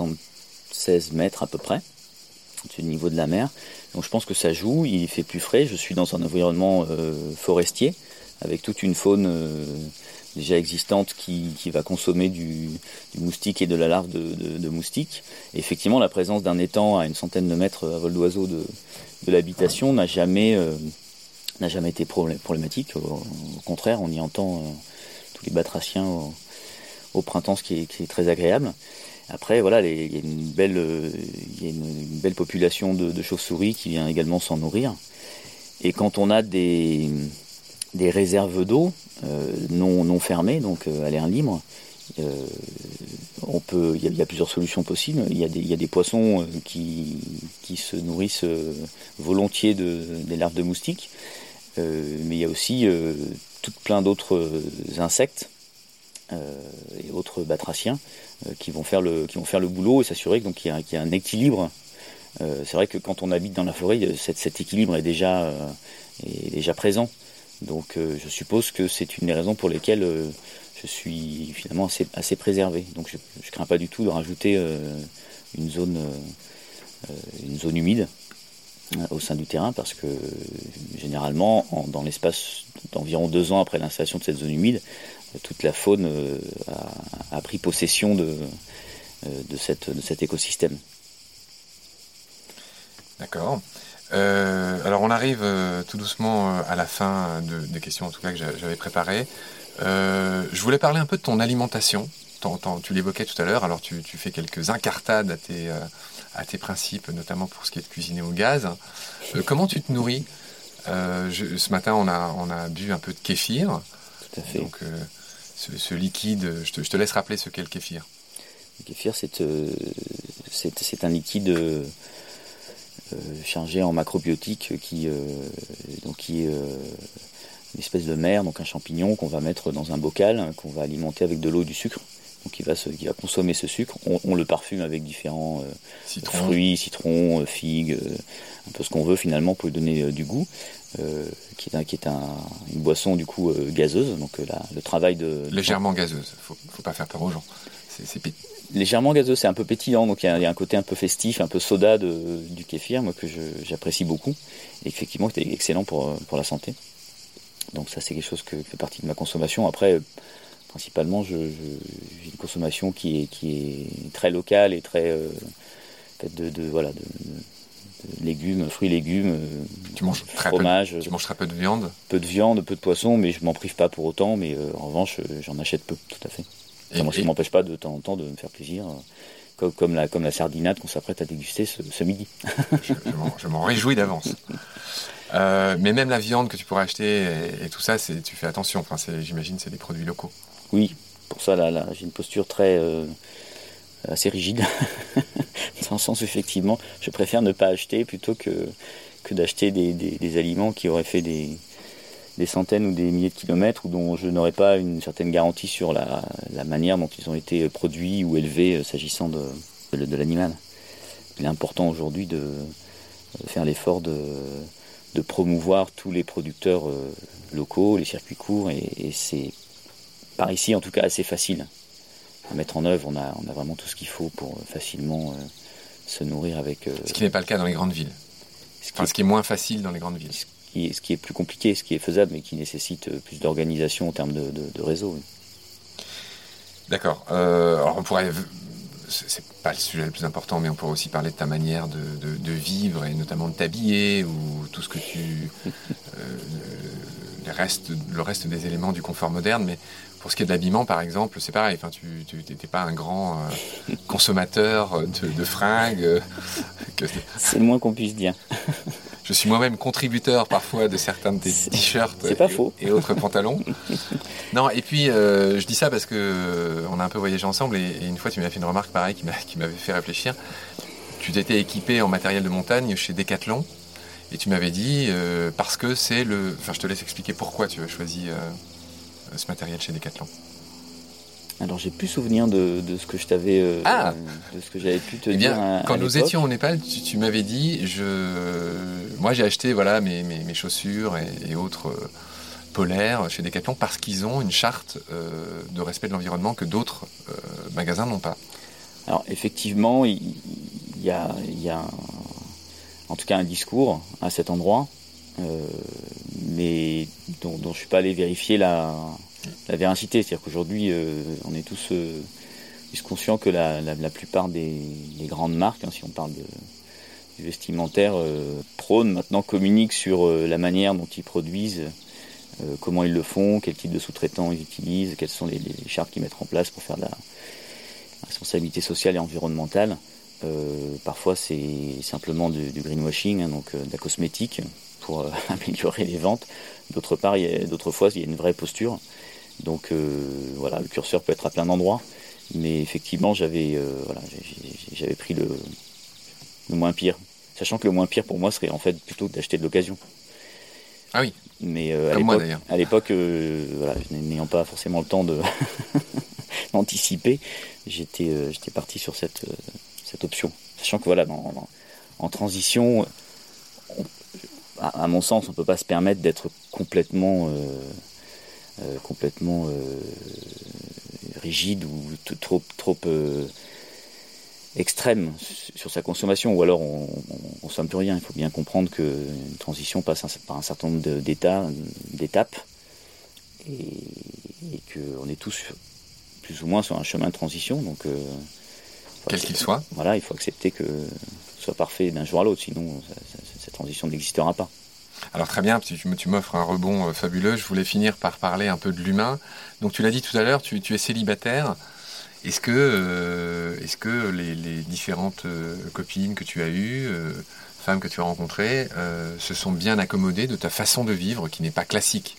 276 mètres à peu près, au niveau de la mer. Donc je pense que ça joue, il fait plus frais. Je suis dans un environnement forestier avec toute une faune déjà existante qui va consommer du moustique et de la larve de moustique. Et effectivement la présence d'un étang à une centaine de mètres à vol d'oiseau de l'habitation n'a jamais été problématique. Au contraire, on y entend tous les batraciens au printemps, ce qui est très agréable. Après, voilà, il y a une belle population de chauves-souris qui vient également s'en nourrir. Et quand on a des réserves d'eau non fermées, donc à l'air libre, il y a plusieurs solutions possibles. Il y a des poissons qui se nourrissent volontiers des larves de moustiques, mais il y a aussi plein d'autres insectes et autres batraciens qui vont faire le boulot et s'assurer qu'il y a un équilibre. C'est vrai que quand on habite dans la forêt, cet équilibre est déjà présent. Donc je suppose que c'est une des raisons pour lesquelles je suis finalement assez préservé. Donc je ne crains pas du tout de rajouter une zone humide au sein du terrain, parce que généralement dans l'espace d'environ 2 ans après l'installation de cette zone humide, toute la faune a pris possession de cet écosystème. D'accord. Alors on arrive tout doucement à la fin des questions en tout cas que j'avais préparées. Je voulais parler un peu de ton alimentation. Tu l'évoquais tout à l'heure, alors tu fais quelques incartades à tes principes, notamment pour ce qui est de cuisiner au gaz. Comment tu te nourris Ce matin, on a bu un peu de kéfir. Tout à fait. Donc, ce liquide, je te laisse rappeler ce qu'est le kéfir. Le kéfir, c'est un liquide chargé en macrobiotiques qui est une espèce de mer, donc un champignon qu'on va mettre dans un bocal, qu'on va alimenter avec de l'eau et du sucre. Donc il va consommer ce sucre. On le parfume avec différents fruits, citrons, figues, un peu ce qu'on veut finalement pour lui donner du goût, qui est une boisson du coup gazeuse. Donc le travail de... Légèrement gazeuse, faut pas faire peur aux gens. Légèrement gazeux, c'est un peu pétillant, donc il y a un côté un peu festif, un peu soda du kéfir, moi que j'apprécie beaucoup, et effectivement c'est excellent pour la santé. Donc ça c'est quelque chose qui fait partie de ma consommation. Après, principalement, j'ai une consommation qui est très locale et très faite de légumes, fruits, légumes, tu manges fromage. Tu manges très peu de viande. Peu de viande, peu de poisson, mais je m'en prive pas pour autant. Mais en revanche, j'en achète peu, tout à fait. Ça ne m'empêche pas de temps en temps de me faire plaisir, comme la sardinade qu'on s'apprête à déguster ce midi. Je m'en réjouis d'avance. Mais même la viande que tu pourrais acheter et tout ça, tu fais attention. Enfin, j'imagine c'est des produits locaux. Oui, pour ça là, j'ai une posture assez rigide. Dans le sens, effectivement, je préfère ne pas acheter plutôt que d'acheter des aliments qui auraient fait des centaines ou des milliers de kilomètres, ou dont je n'aurais pas une certaine garantie sur la manière dont ils ont été produits ou élevés s'agissant de l'animal. Il est important aujourd'hui de faire l'effort de promouvoir tous les producteurs locaux, les circuits courts, et c'est par ici en tout cas assez facile à mettre en œuvre. On a vraiment tout ce qu'il faut pour facilement se nourrir avec... Ce qui n'est pas le cas dans les grandes villes. Ce qui est moins facile dans les grandes villes. Ce qui est plus compliqué, ce qui est faisable, mais qui nécessite plus d'organisation en termes de réseau. Oui. D'accord. Alors on pourrait... C'est pas le sujet le plus important, mais on pourrait aussi parler de ta manière de vivre, et notamment de t'habiller, ou tout ce que le reste des éléments du confort moderne. Mais pour ce qui est de l'habillement, par exemple, c'est pareil. Enfin, tu n'étais pas un grand consommateur de fringues. C'est le moins qu'on puisse dire. Je suis moi-même contributeur parfois de certains de tes t-shirts et autres pantalons. Non, et puis je dis ça parce que on a un peu voyagé ensemble, et une fois tu m'as fait une remarque pareille qui m'avait fait réfléchir. Tu t'étais équipé en matériel de montagne chez Decathlon, et tu m'avais dit parce que c'est le... Enfin, je te laisse expliquer pourquoi tu as choisi ce matériel chez Decathlon. Alors j'ai plus souvenir de ce que je t'avais, de ce que j'avais pu te dire. Quand nous étions au Népal, tu m'avais dit, moi j'ai acheté mes chaussures et autres polaires chez Decathlon parce qu'ils ont une charte de respect de l'environnement que d'autres magasins n'ont pas. Alors effectivement, il y a en tout cas un discours à cet endroit, mais dont je ne suis pas allé vérifier la véracité. C'est-à-dire qu'aujourd'hui, on est tous conscients que la plupart des grandes marques, si on parle du vestimentaire, prônent maintenant, communiquent sur la manière dont ils produisent, comment ils le font, quel type de sous-traitants ils utilisent, quelles sont les chartes qu'ils mettent en place pour faire de la responsabilité sociale et environnementale. Parfois c'est simplement du greenwashing, donc de la cosmétique pour améliorer les ventes. D'autre fois il y a une vraie posture. Donc le curseur peut être à plein d'endroits, mais effectivement j'avais pris le moins pire, sachant que le moins pire pour moi serait en fait plutôt d'acheter de l'occasion. Ah oui. Mais à l'époque, n'ayant pas forcément le temps d'anticiper, j'étais parti sur cette option, sachant que en transition, à mon sens, on ne peut pas se permettre d'être complètement rigide ou trop extrême sur sa consommation, ou alors on consomme plus rien. Il faut bien comprendre qu'une transition passe par un certain nombre d'étapes, et qu'on est tous plus ou moins sur un chemin de transition, donc quel qu'il soit. Voilà, il faut accepter que ce soit parfait d'un jour à l'autre, sinon cette transition n'existera pas. Alors très bien, tu m'offres un rebond fabuleux. Je voulais finir par parler un peu de l'humain. Donc tu l'as dit tout à l'heure, tu es célibataire. Est-ce que les différentes copines que tu as eues femmes que tu as rencontrées se sont bien accommodées de ta façon de vivre qui n'est pas classique?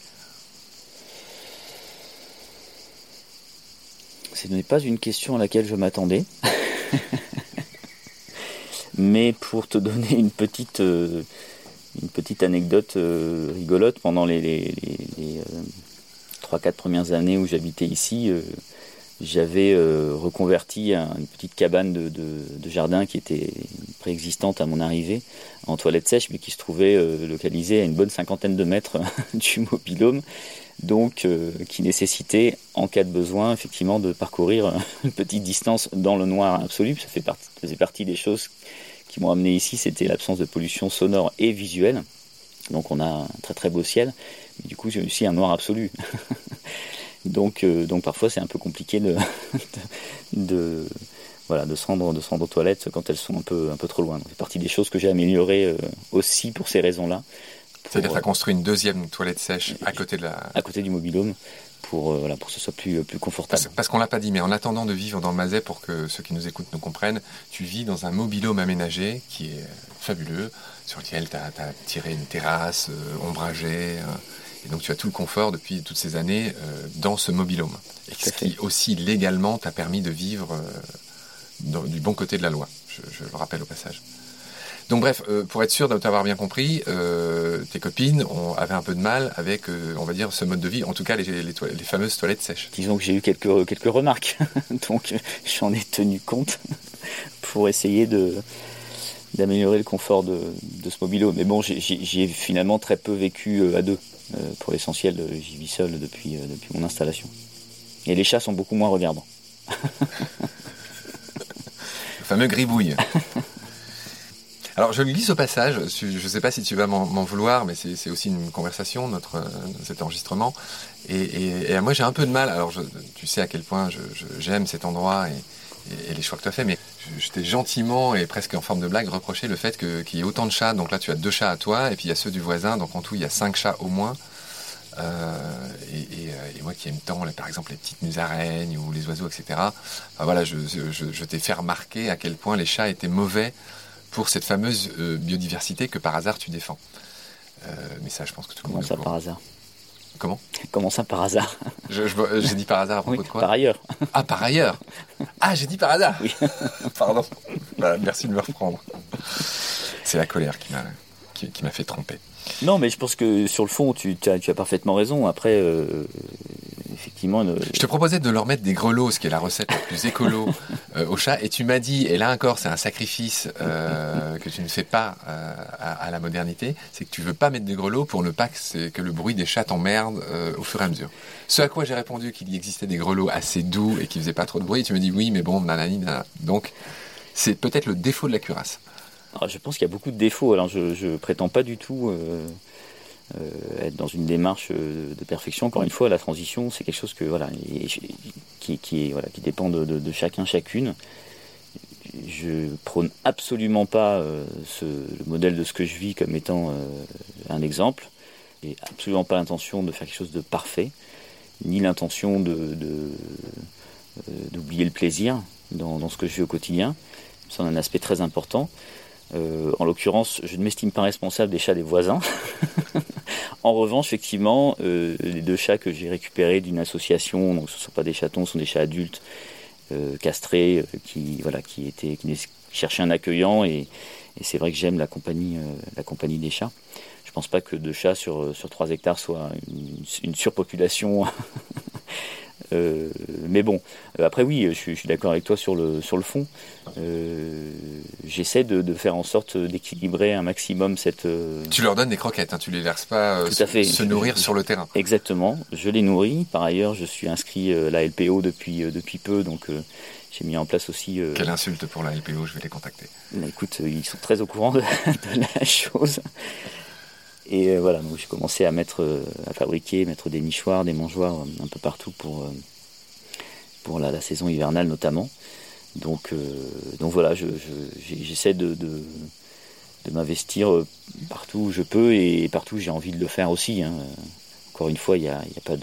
Ce n'est pas une question à laquelle je m'attendais. Mais pour te donner une petite anecdote rigolote, pendant les 3-4 premières années où j'habitais ici, j'avais reconverti une petite cabane de jardin qui était préexistante à mon arrivée en toilette sèche, mais qui se trouvait localisée à une bonne 50aine de mètres du mobil-home, donc qui nécessitait, en cas de besoin, effectivement, de parcourir une petite distance dans le noir absolu. Ça faisait partie des choses qui m'ont amené ici, c'était l'absence de pollution sonore et visuelle. Donc on a un très très beau ciel, mais du coup j'ai aussi un noir absolu. donc parfois c'est un peu compliqué de se rendre aux toilettes quand elles sont un peu trop loin. Donc, c'est partie des choses que j'ai améliorées aussi pour ces raisons-là. C'est-à-dire que tu as construit une deuxième toilette sèche à côté du mobil-home pour que ce soit plus confortable. Parce qu'on l'a pas dit, mais en attendant de vivre dans le Mazet, pour que ceux qui nous écoutent nous comprennent, tu vis dans un mobil-home aménagé qui est fabuleux, sur lequel tu as tiré une terrasse ombragée, et donc tu as tout le confort depuis toutes ces années dans ce mobil-home. Et ce qui aussi légalement t'a permis de vivre du bon côté de la loi, je le rappelle au passage. Donc bref, pour être sûr de t'avoir bien compris, tes copines avaient un peu de mal avec, on va dire, ce mode de vie, en tout cas les fameuses toilettes sèches. Disons que j'ai eu quelques remarques, donc j'en ai tenu compte pour essayer d'améliorer le confort de ce mobilo. Mais bon, j'ai finalement très peu vécu à deux. Pour l'essentiel, j'y vis seul depuis mon installation. Et les chats sont beaucoup moins regardants. Le fameux gribouille. Alors je le glisse au passage, je ne sais pas si tu vas m'en vouloir, mais c'est aussi une conversation, cet enregistrement. Et moi j'ai un peu de mal, alors tu sais à quel point j'aime cet endroit et les choix que tu as fait, mais je t'ai gentiment et presque en forme de blague reproché le fait qu'il y ait autant de chats. Donc là tu as 2 chats à toi, et puis il y a ceux du voisin, donc en tout il y a 5 chats au moins. Et moi qui aime tant, par exemple, les petites musaraignes ou les oiseaux, etc. Enfin, voilà, je t'ai fait remarquer à quel point les chats étaient mauvais pour cette fameuse biodiversité que par hasard tu défends. Mais ça, je pense que tout le monde... Comment ça par hasard? Comment? Comment ça par hasard? J'ai dit par hasard à propos oui, de quoi? Par ailleurs. Ah, par ailleurs. Ah, j'ai dit par hasard. Oui. Pardon. Voilà, merci de me reprendre. C'est la colère qui m'a fait tromper. Non, mais je pense que sur le fond, tu as parfaitement raison. Après, effectivement... Je te proposais de leur mettre des grelots, ce qui est la recette la plus écolo aux chats, et tu m'as dit, et là encore, c'est un sacrifice que tu ne fais pas à la modernité, c'est que tu veux pas mettre des grelots pour ne pas que le bruit des chats t'emmerde au fur et à mesure. Ce à quoi j'ai répondu qu'il y existait des grelots assez doux et qui faisaient pas trop de bruit, et tu me dis oui, mais bon, nanani, nanana. Donc, c'est peut-être le défaut de la curasse. Alors, je pense qu'il y a beaucoup de défauts. Alors, je prétends pas du tout être dans une démarche de perfection. Encore une fois, la transition, c'est quelque chose qui dépend de chacun, chacune. Je prône absolument pas le modèle de ce que je vis comme étant un exemple. J'ai absolument pas l'intention de faire quelque chose de parfait, ni l'intention d'oublier le plaisir dans ce que je vis au quotidien. C'est un aspect très important. En l'occurrence, je ne m'estime pas responsable des chats des voisins. En revanche, effectivement, les 2 chats que j'ai récupérés d'une association, donc ce ne sont pas des chatons, ce sont des chats adultes castrés qui cherchaient un accueillant, et c'est vrai que j'aime la compagnie des chats. Je ne pense pas que 2 chats sur 3 hectares soit une surpopulation. Mais bon, après oui, je suis d'accord avec toi sur le fond. J'essaie de faire en sorte d'équilibrer un maximum cette... Tu leur donnes des croquettes, hein, tu les verses pas se nourrir sur le terrain. Exactement, je les nourris. Par ailleurs, je suis inscrit à la LPO depuis peu, donc j'ai mis en place aussi... Quelle insulte pour la LPO, je vais les contacter. Écoute, ils sont très au courant de la chose. Et voilà, donc j'ai commencé à mettre des nichoirs, des mangeoires un peu partout pour la saison hivernale notamment. Donc voilà, j'essaie de m'investir partout où je peux et partout où j'ai envie de le faire aussi. Hein. Encore une fois, il n'y a pas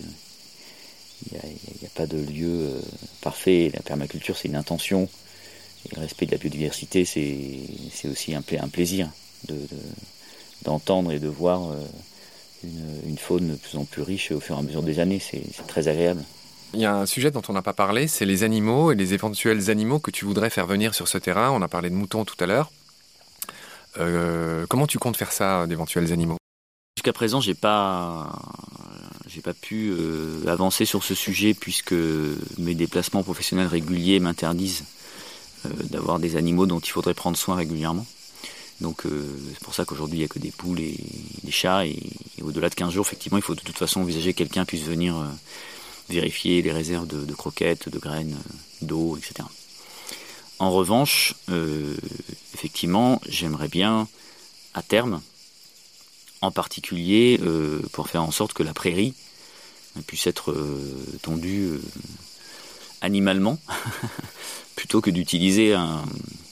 de lieu parfait. La permaculture, c'est une intention. Et le respect de la biodiversité, c'est aussi un plaisir d'entendre et de voir une faune de plus en plus riche au fur et à mesure des années. C'est très agréable. Il y a un sujet dont on n'a pas parlé, c'est les animaux et les éventuels animaux que tu voudrais faire venir sur ce terrain. On a parlé de moutons tout à l'heure. Comment tu comptes faire ça, d'éventuels animaux ? Jusqu'à présent, j'ai pas pu avancer sur ce sujet puisque mes déplacements professionnels réguliers m'interdisent d'avoir des animaux dont il faudrait prendre soin régulièrement. Donc c'est pour ça qu'aujourd'hui il n'y a que des poules et des chats et au-delà de 15 jours, effectivement, il faut de toute façon envisager que quelqu'un puisse venir vérifier les réserves de croquettes, de graines, d'eau, etc. En revanche, effectivement, j'aimerais bien, à terme, en particulier pour faire en sorte que la prairie puisse être tondue animalement, plutôt que d'utiliser un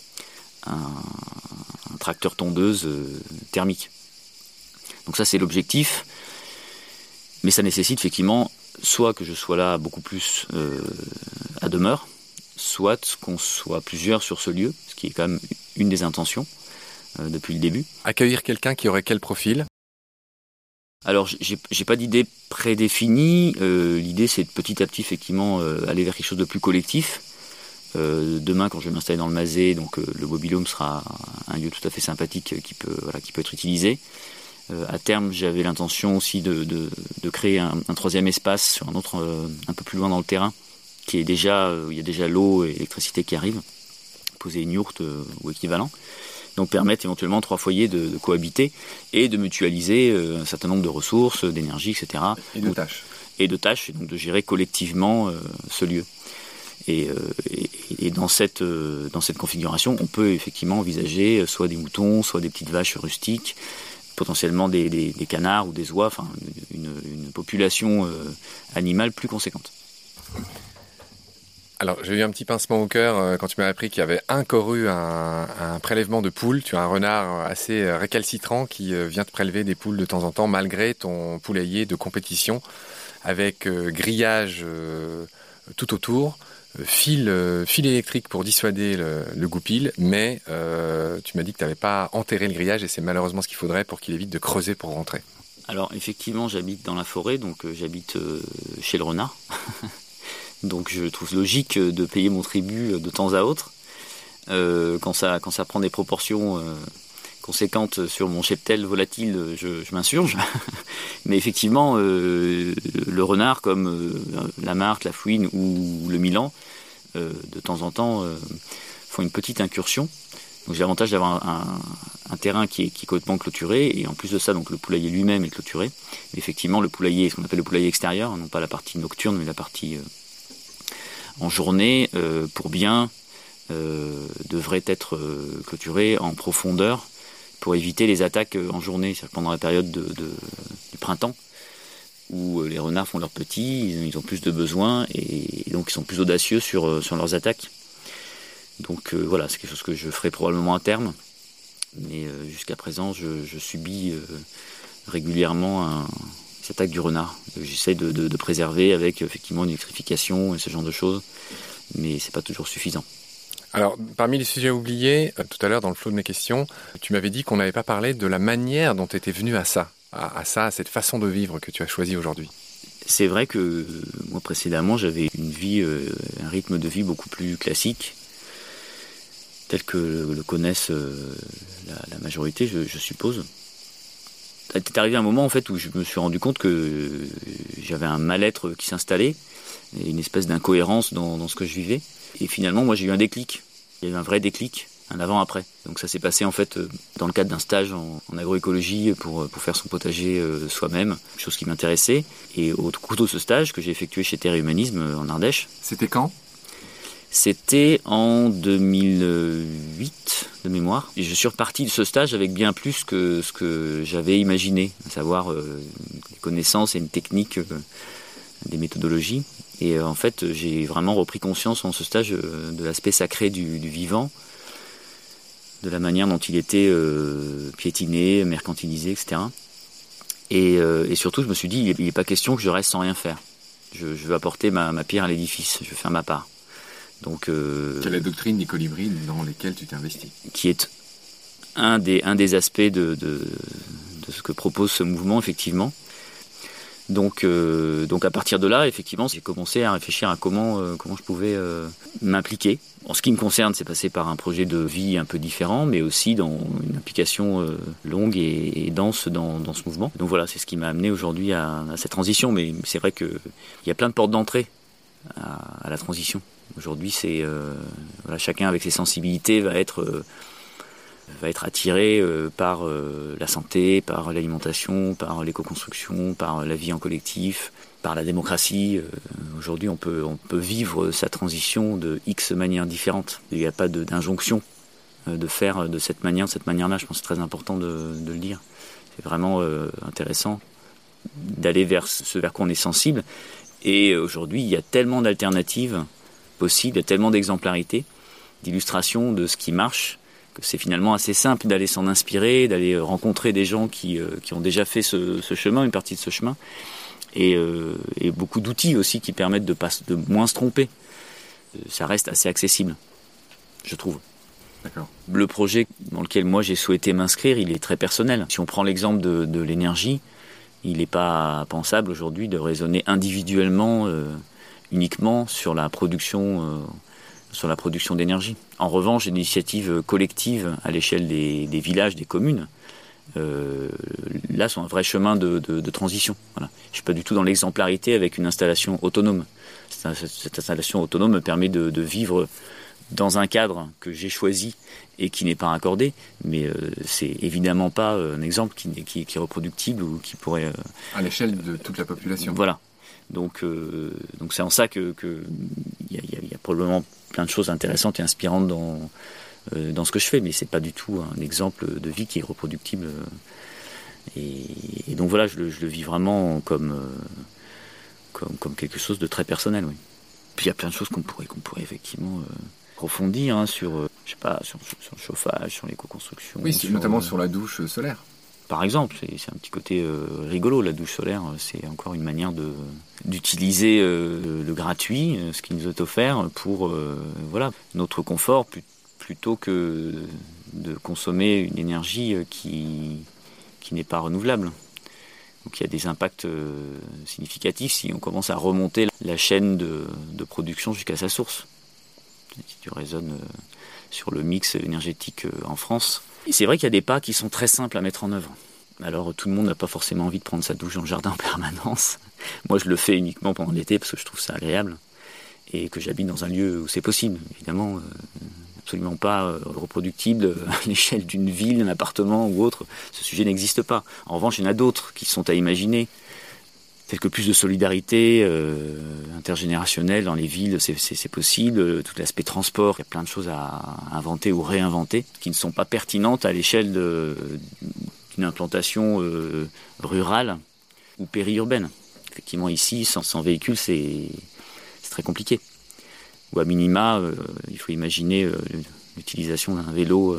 tracteur tondeuse thermique. Donc ça, c'est l'objectif, mais ça nécessite effectivement soit que je sois là beaucoup plus à demeure, soit qu'on soit plusieurs sur ce lieu, ce qui est quand même une des intentions depuis le début. Accueillir quelqu'un qui aurait quel profil ? Alors, j'ai pas d'idée prédéfinie. L'idée, c'est de petit à petit, effectivement, aller vers quelque chose de plus collectif. Demain, quand je vais m'installer dans le Mazet, donc le Bobilome sera un lieu tout à fait sympathique qui peut être utilisé. À terme, j'avais l'intention aussi de créer un troisième espace sur un autre, un peu plus loin dans le terrain, qui est déjà, où il y a déjà l'eau et l'électricité qui arrivent, poser une yourte ou équivalent. Donc permettre éventuellement 3 foyers de cohabiter et de mutualiser un certain nombre de ressources, d'énergie, etc. Et de tâches. Et donc de gérer collectivement ce lieu. Et dans cette configuration, on peut effectivement envisager soit des moutons, soit des petites vaches rustiques, potentiellement des canards ou des oies, enfin une population animale plus conséquente. Alors, j'ai eu un petit pincement au cœur quand tu m'as appris qu'il y avait incouru un prélèvement de poules. Tu as un renard assez récalcitrant qui vient te prélever des poules de temps en temps, malgré ton poulailler de compétition, avec grillage tout autour, fil électrique pour dissuader le goupil, mais tu m'as dit que tu n'avais pas enterré le grillage et c'est malheureusement ce qu'il faudrait pour qu'il évite de creuser pour rentrer. Alors, effectivement, j'habite dans la forêt, donc j'habite chez le renard. Donc je trouve logique de payer mon tribut de temps à autre. Quand ça prend des proportions conséquentes sur mon cheptel volatile, je m'insurge. Mais effectivement, le renard comme la martre, la fouine ou le milan, de temps en temps, font une petite incursion. Donc j'ai l'avantage d'avoir un terrain qui est complètement clôturé, et en plus de ça, donc le poulailler lui-même est clôturé. Mais effectivement, le poulailler, ce qu'on appelle le poulailler extérieur, non pas la partie nocturne, mais la partie en journée, pour bien, devrait être clôturé en profondeur pour éviter les attaques en journée, c'est-à-dire pendant la période du printemps, où les renards font leurs petits, ils ont plus de besoins, et donc ils sont plus audacieux sur leurs attaques. Donc voilà, c'est quelque chose que je ferai probablement à terme, mais jusqu'à présent, je subis régulièrement cette attaque du renard. J'essaie de préserver avec effectivement une électrification et ce genre de choses, mais c'est pas toujours suffisant. Alors, parmi les sujets oubliés, tout à l'heure dans le flot de mes questions, tu m'avais dit qu'on n'avait pas parlé de la manière dont tu étais venu à ça, à cette façon de vivre que tu as choisie aujourd'hui. C'est vrai que moi précédemment j'avais une vie, un rythme de vie beaucoup plus classique, tel que le connaissent la majorité, je suppose. C'est arrivé un moment en fait où je me suis rendu compte que j'avais un mal-être qui s'installait, et une espèce d'incohérence dans ce que je vivais. Et finalement, moi j'ai eu un déclic. Il y a eu un vrai déclic, un avant-après. Donc ça s'est passé en fait dans le cadre d'un stage en agroécologie pour faire son potager soi-même, chose qui m'intéressait. Et au cours de ce stage que j'ai effectué chez Terre et Humanisme en Ardèche. C'était quand ? C'était en 2008 de mémoire. Et je suis reparti de ce stage avec bien plus que ce que j'avais imaginé, à savoir des connaissances et une technique, des méthodologies. Et en fait, j'ai vraiment repris conscience en ce stage de l'aspect sacré du vivant, de la manière dont il était piétiné, mercantilisé, etc. Et surtout, je me suis dit, il n'est pas question que je reste sans rien faire. Je veux apporter ma pierre à l'édifice, je veux faire ma part. Donc, c'est la doctrine des colibris dans lesquelles tu t'es investi. Qui est un des aspects de ce que propose ce mouvement, effectivement. Donc à partir de là, effectivement, j'ai commencé à réfléchir à comment je pouvais m'impliquer. En ce qui me concerne, c'est passé par un projet de vie un peu différent, mais aussi dans une implication longue et dense dans ce mouvement. Donc voilà, c'est ce qui m'a amené aujourd'hui à cette transition. Mais c'est vrai qu'il y a plein de portes d'entrée à la transition. Aujourd'hui, c'est chacun avec ses sensibilités va être attiré par la santé, par l'alimentation, par l'éco-construction, par la vie en collectif, par la démocratie. Aujourd'hui, on peut vivre sa transition de X manières différentes. Il n'y a pas d'injonction de faire de cette manière-là. Je pense que c'est très important de le dire. C'est vraiment intéressant d'aller vers ce vers quoi on est sensible. Et aujourd'hui, il y a tellement d'alternatives possibles, il y a tellement d'exemplarité, d'illustrations de ce qui marche, que c'est finalement assez simple d'aller s'en inspirer, d'aller rencontrer des gens qui ont déjà fait ce chemin, une partie de ce chemin, et beaucoup d'outils aussi qui permettent de moins se tromper. Ça reste assez accessible, je trouve. D'accord. Le projet dans lequel moi j'ai souhaité m'inscrire, il est très personnel. Si on prend l'exemple de l'énergie, il n'est pas pensable aujourd'hui de raisonner individuellement uniquement sur la production d'énergie. En revanche, les initiatives collectives à l'échelle des villages, des communes, là sont un vrai chemin de transition. Voilà. Je ne suis pas du tout dans l'exemplarité avec une installation autonome. Cette installation autonome me permet de vivre dans un cadre que j'ai choisi et qui n'est pas accordé, mais c'est évidemment pas un exemple qui est reproductible ou qui pourrait... à l'échelle de toute la population. Voilà. Donc c'est en ça que y a probablement plein de choses intéressantes et inspirantes dans ce que je fais, mais c'est pas du tout un exemple de vie qui est reproductible. Et donc voilà, je le vis vraiment comme quelque chose de très personnel, oui. Puis il y a plein de choses qu'on pourrait effectivement approfondir sur le chauffage, sur l'éco-construction. Oui, notamment sur la douche solaire. Par exemple, c'est un petit côté rigolo, la douche solaire, c'est encore une manière d'utiliser le gratuit, ce qui nous est offert pour notre confort, plutôt que de consommer une énergie qui n'est pas renouvelable. Donc il y a des impacts significatifs si on commence à remonter la chaîne de production jusqu'à sa source. Si tu raisonnes sur le mix énergétique en France. Et c'est vrai qu'il y a des pas qui sont très simples à mettre en œuvre. Alors tout le monde n'a pas forcément envie de prendre sa douche dans le jardin en permanence. Moi je le fais uniquement pendant l'été parce que je trouve ça agréable et que j'habite dans un lieu où c'est possible. Évidemment, absolument pas reproductible à l'échelle d'une ville, d'un appartement ou autre. Ce sujet n'existe pas. En revanche, il y en a d'autres qui sont à imaginer. Tel que plus de solidarité intergénérationnelle dans les villes, c'est possible. Tout l'aspect transport, il y a plein de choses à inventer ou réinventer qui ne sont pas pertinentes à l'échelle d'une implantation rurale ou périurbaine. Effectivement, ici, sans véhicule, c'est très compliqué. Ou à minima, il faut imaginer l'utilisation d'un vélo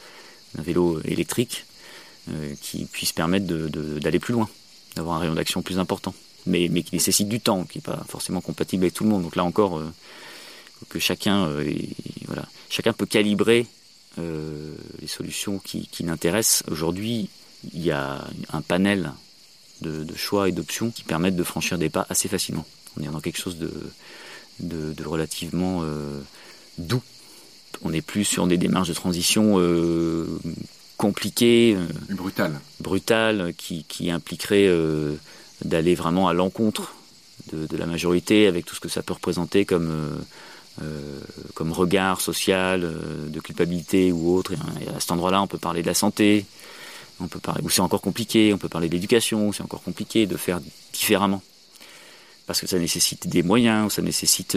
électrique qui puisse permettre d'aller plus loin, d'avoir un rayon d'action plus important, mais qui nécessite du temps, qui n'est pas forcément compatible avec tout le monde. Donc là encore, que chacun peut calibrer les solutions qui l'intéressent. Aujourd'hui, il y a un panel de choix et d'options qui permettent de franchir des pas assez facilement. On est dans quelque chose de relativement doux. On n'est plus sur des démarches de transition compliquées, brutales, qui impliqueraient d'aller vraiment à l'encontre de la majorité, avec tout ce que ça peut représenter comme regard social, de culpabilité ou autre. Et à cet endroit-là, on peut parler de la santé, où c'est encore compliqué, on peut parler de l'éducation, où c'est encore compliqué de faire différemment. Parce que ça nécessite des moyens, ça nécessite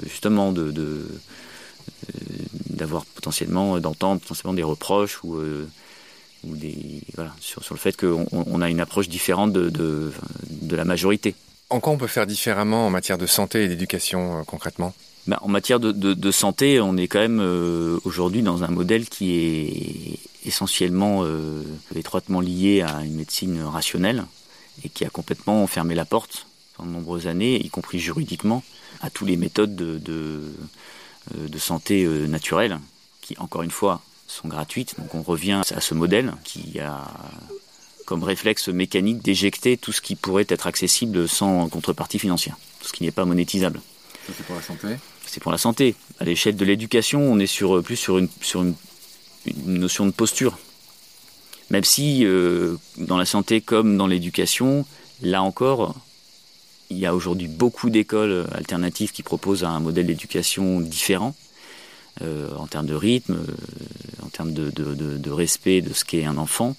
d'avoir d'entendre potentiellement des reproches ou sur le fait qu'on a une approche différente de la majorité. En quoi on peut faire différemment en matière de santé et d'éducation concrètement ? En matière de santé, on est quand même aujourd'hui dans un modèle qui est essentiellement étroitement lié à une médecine rationnelle et qui a complètement fermé la porte pendant de nombreuses années, y compris juridiquement, à toutes les méthodes de santé naturelle, qui encore une fois sont gratuites. Donc on revient à ce modèle qui a comme réflexe mécanique d'éjecter tout ce qui pourrait être accessible sans contrepartie financière, tout ce qui n'est pas monétisable. Ça, c'est pour la santé. C'est pour la santé. À l'échelle de l'éducation, on est plus sur une notion de posture. Même si dans la santé comme dans l'éducation, là encore, il y a aujourd'hui beaucoup d'écoles alternatives qui proposent un modèle d'éducation différent, en termes de rythme, en termes de respect de ce qu'est un enfant.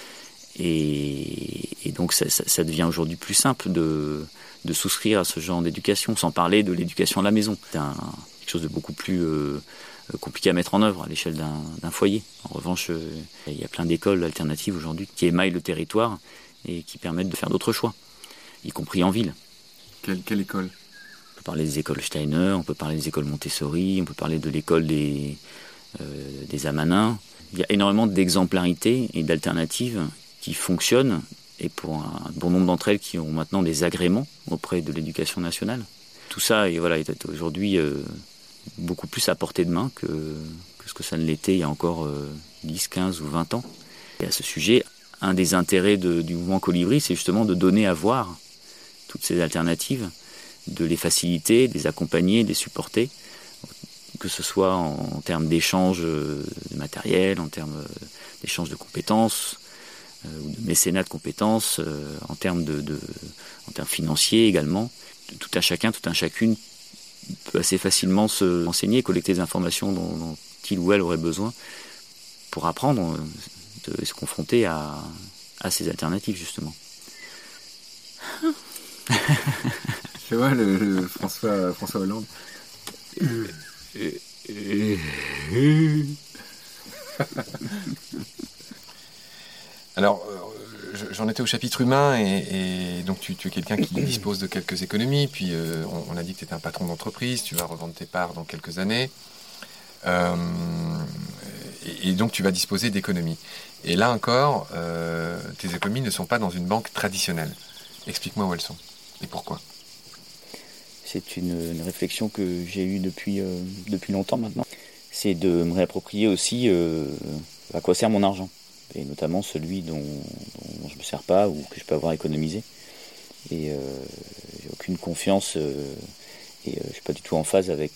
Et donc ça devient aujourd'hui plus simple de souscrire à ce genre d'éducation, sans parler de l'éducation à la maison. C'est quelque chose de beaucoup plus compliqué à mettre en œuvre à l'échelle d'un foyer. En revanche, il y a plein d'écoles alternatives aujourd'hui qui émaillent le territoire et qui permettent de faire d'autres choix, y compris en ville. Quelle école ? On peut parler des écoles Steiner, on peut parler des écoles Montessori, on peut parler de l'école des Amanins. Il y a énormément d'exemplarité et d'alternatives qui fonctionnent, et pour un bon nombre d'entre elles qui ont maintenant des agréments auprès de l'éducation nationale. Tout ça est aujourd'hui beaucoup plus à portée de main que ce que ça ne l'était il y a encore 10, 15 ou 20 ans. Et à ce sujet, un des intérêts du mouvement Colibri, c'est justement de donner à voir toutes ces alternatives, de les faciliter, de les accompagner, de les supporter, que ce soit en termes d'échange de matériel, en termes d'échange de compétences, ou de mécénat de compétences, en termes financiers également. Tout un chacun, toute un chacune peut assez facilement se renseigner, collecter des informations dont il ou elle aurait besoin pour apprendre, de se confronter à ces alternatives justement. C'est vrai, le François Hollande. Alors, j'en étais au chapitre humain, et donc tu es quelqu'un qui dispose de quelques économies, puis on a dit que tu étais un patron d'entreprise, tu vas revendre tes parts dans quelques années, et donc tu vas disposer d'économies. Et là encore, tes économies ne sont pas dans une banque traditionnelle. Explique-moi où elles sont, et pourquoi. C'est une réflexion que j'ai eue depuis longtemps maintenant. C'est de me réapproprier aussi à quoi sert mon argent, et notamment celui dont je ne me sers pas ou que je peux avoir économisé. Et j'ai aucune confiance et je ne suis pas du tout en phase avec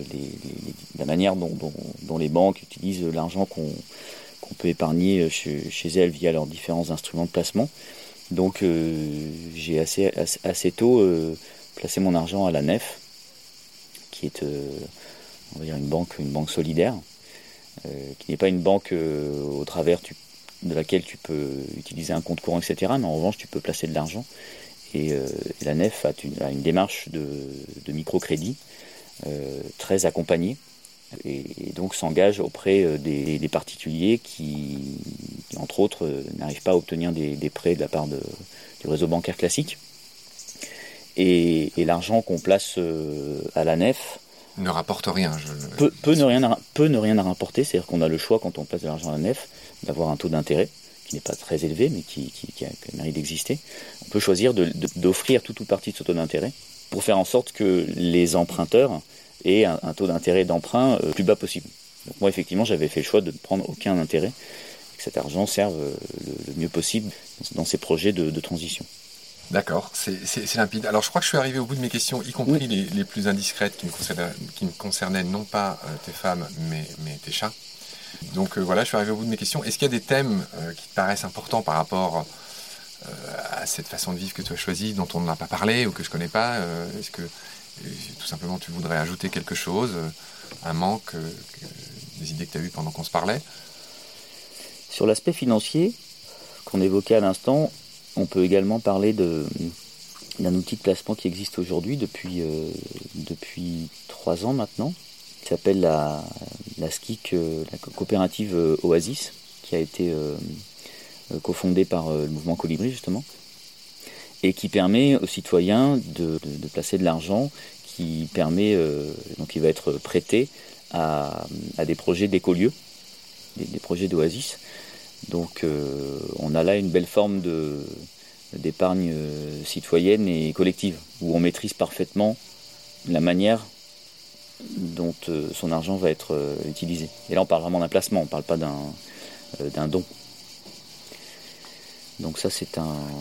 la manière dont les banques utilisent l'argent qu'on peut épargner chez elles via leurs différents instruments de placement. Donc j'ai assez tôt placé mon argent à la Nef, qui est on va dire une banque solidaire, qui n'est pas une banque au travers de laquelle tu peux utiliser un compte courant, etc. Mais en revanche, tu peux placer de l'argent. Et la Nef a une démarche de microcrédit très accompagnée, et donc s'engage auprès des particuliers qui, entre autres, n'arrivent pas à obtenir des prêts de la part du réseau bancaire classique. Et l'argent qu'on place à la Nef ne rapporte rien. Peut ne rien rapporter, c'est-à-dire qu'on a le choix, quand on place de l'argent à la Nef, d'avoir un taux d'intérêt qui n'est pas très élevé, mais qui mérite d'exister. On peut choisir d'offrir tout ou partie de ce taux d'intérêt pour faire en sorte que les emprunteurs aient un taux d'intérêt d'emprunt le plus bas possible. Donc moi, effectivement, j'avais fait le choix de ne prendre aucun intérêt, et que cet argent serve le mieux possible dans ces projets de transition. D'accord, c'est limpide. Alors je crois que je suis arrivé au bout de mes questions, y compris les plus indiscrètes qui ne concernaient non pas tes femmes, mais tes chats. Donc voilà, je suis arrivé au bout de mes questions. Est-ce qu'il y a des thèmes qui te paraissent importants par rapport à cette façon de vivre que tu as choisie, dont on n'a pas parlé ou que je ne connais pas? Est-ce que tout simplement tu voudrais ajouter quelque chose, un manque, des idées que tu as eues pendant qu'on se parlait? Sur l'aspect financier qu'on évoquait à l'instant, on peut également parler d'un outil de placement qui existe aujourd'hui depuis 3 ans maintenant, qui s'appelle la SKIC, la coopérative Oasis, qui a été cofondée par le mouvement Colibri justement, et qui permet aux citoyens de placer de l'argent, qui va être prêté à des projets d'écolieux, des projets d'Oasis. Donc on a là une belle forme d'épargne citoyenne et collective, où on maîtrise parfaitement la manière dont son argent va être utilisé. Et là, on parle vraiment d'un placement, on ne parle pas d'un don. Donc ça, c'est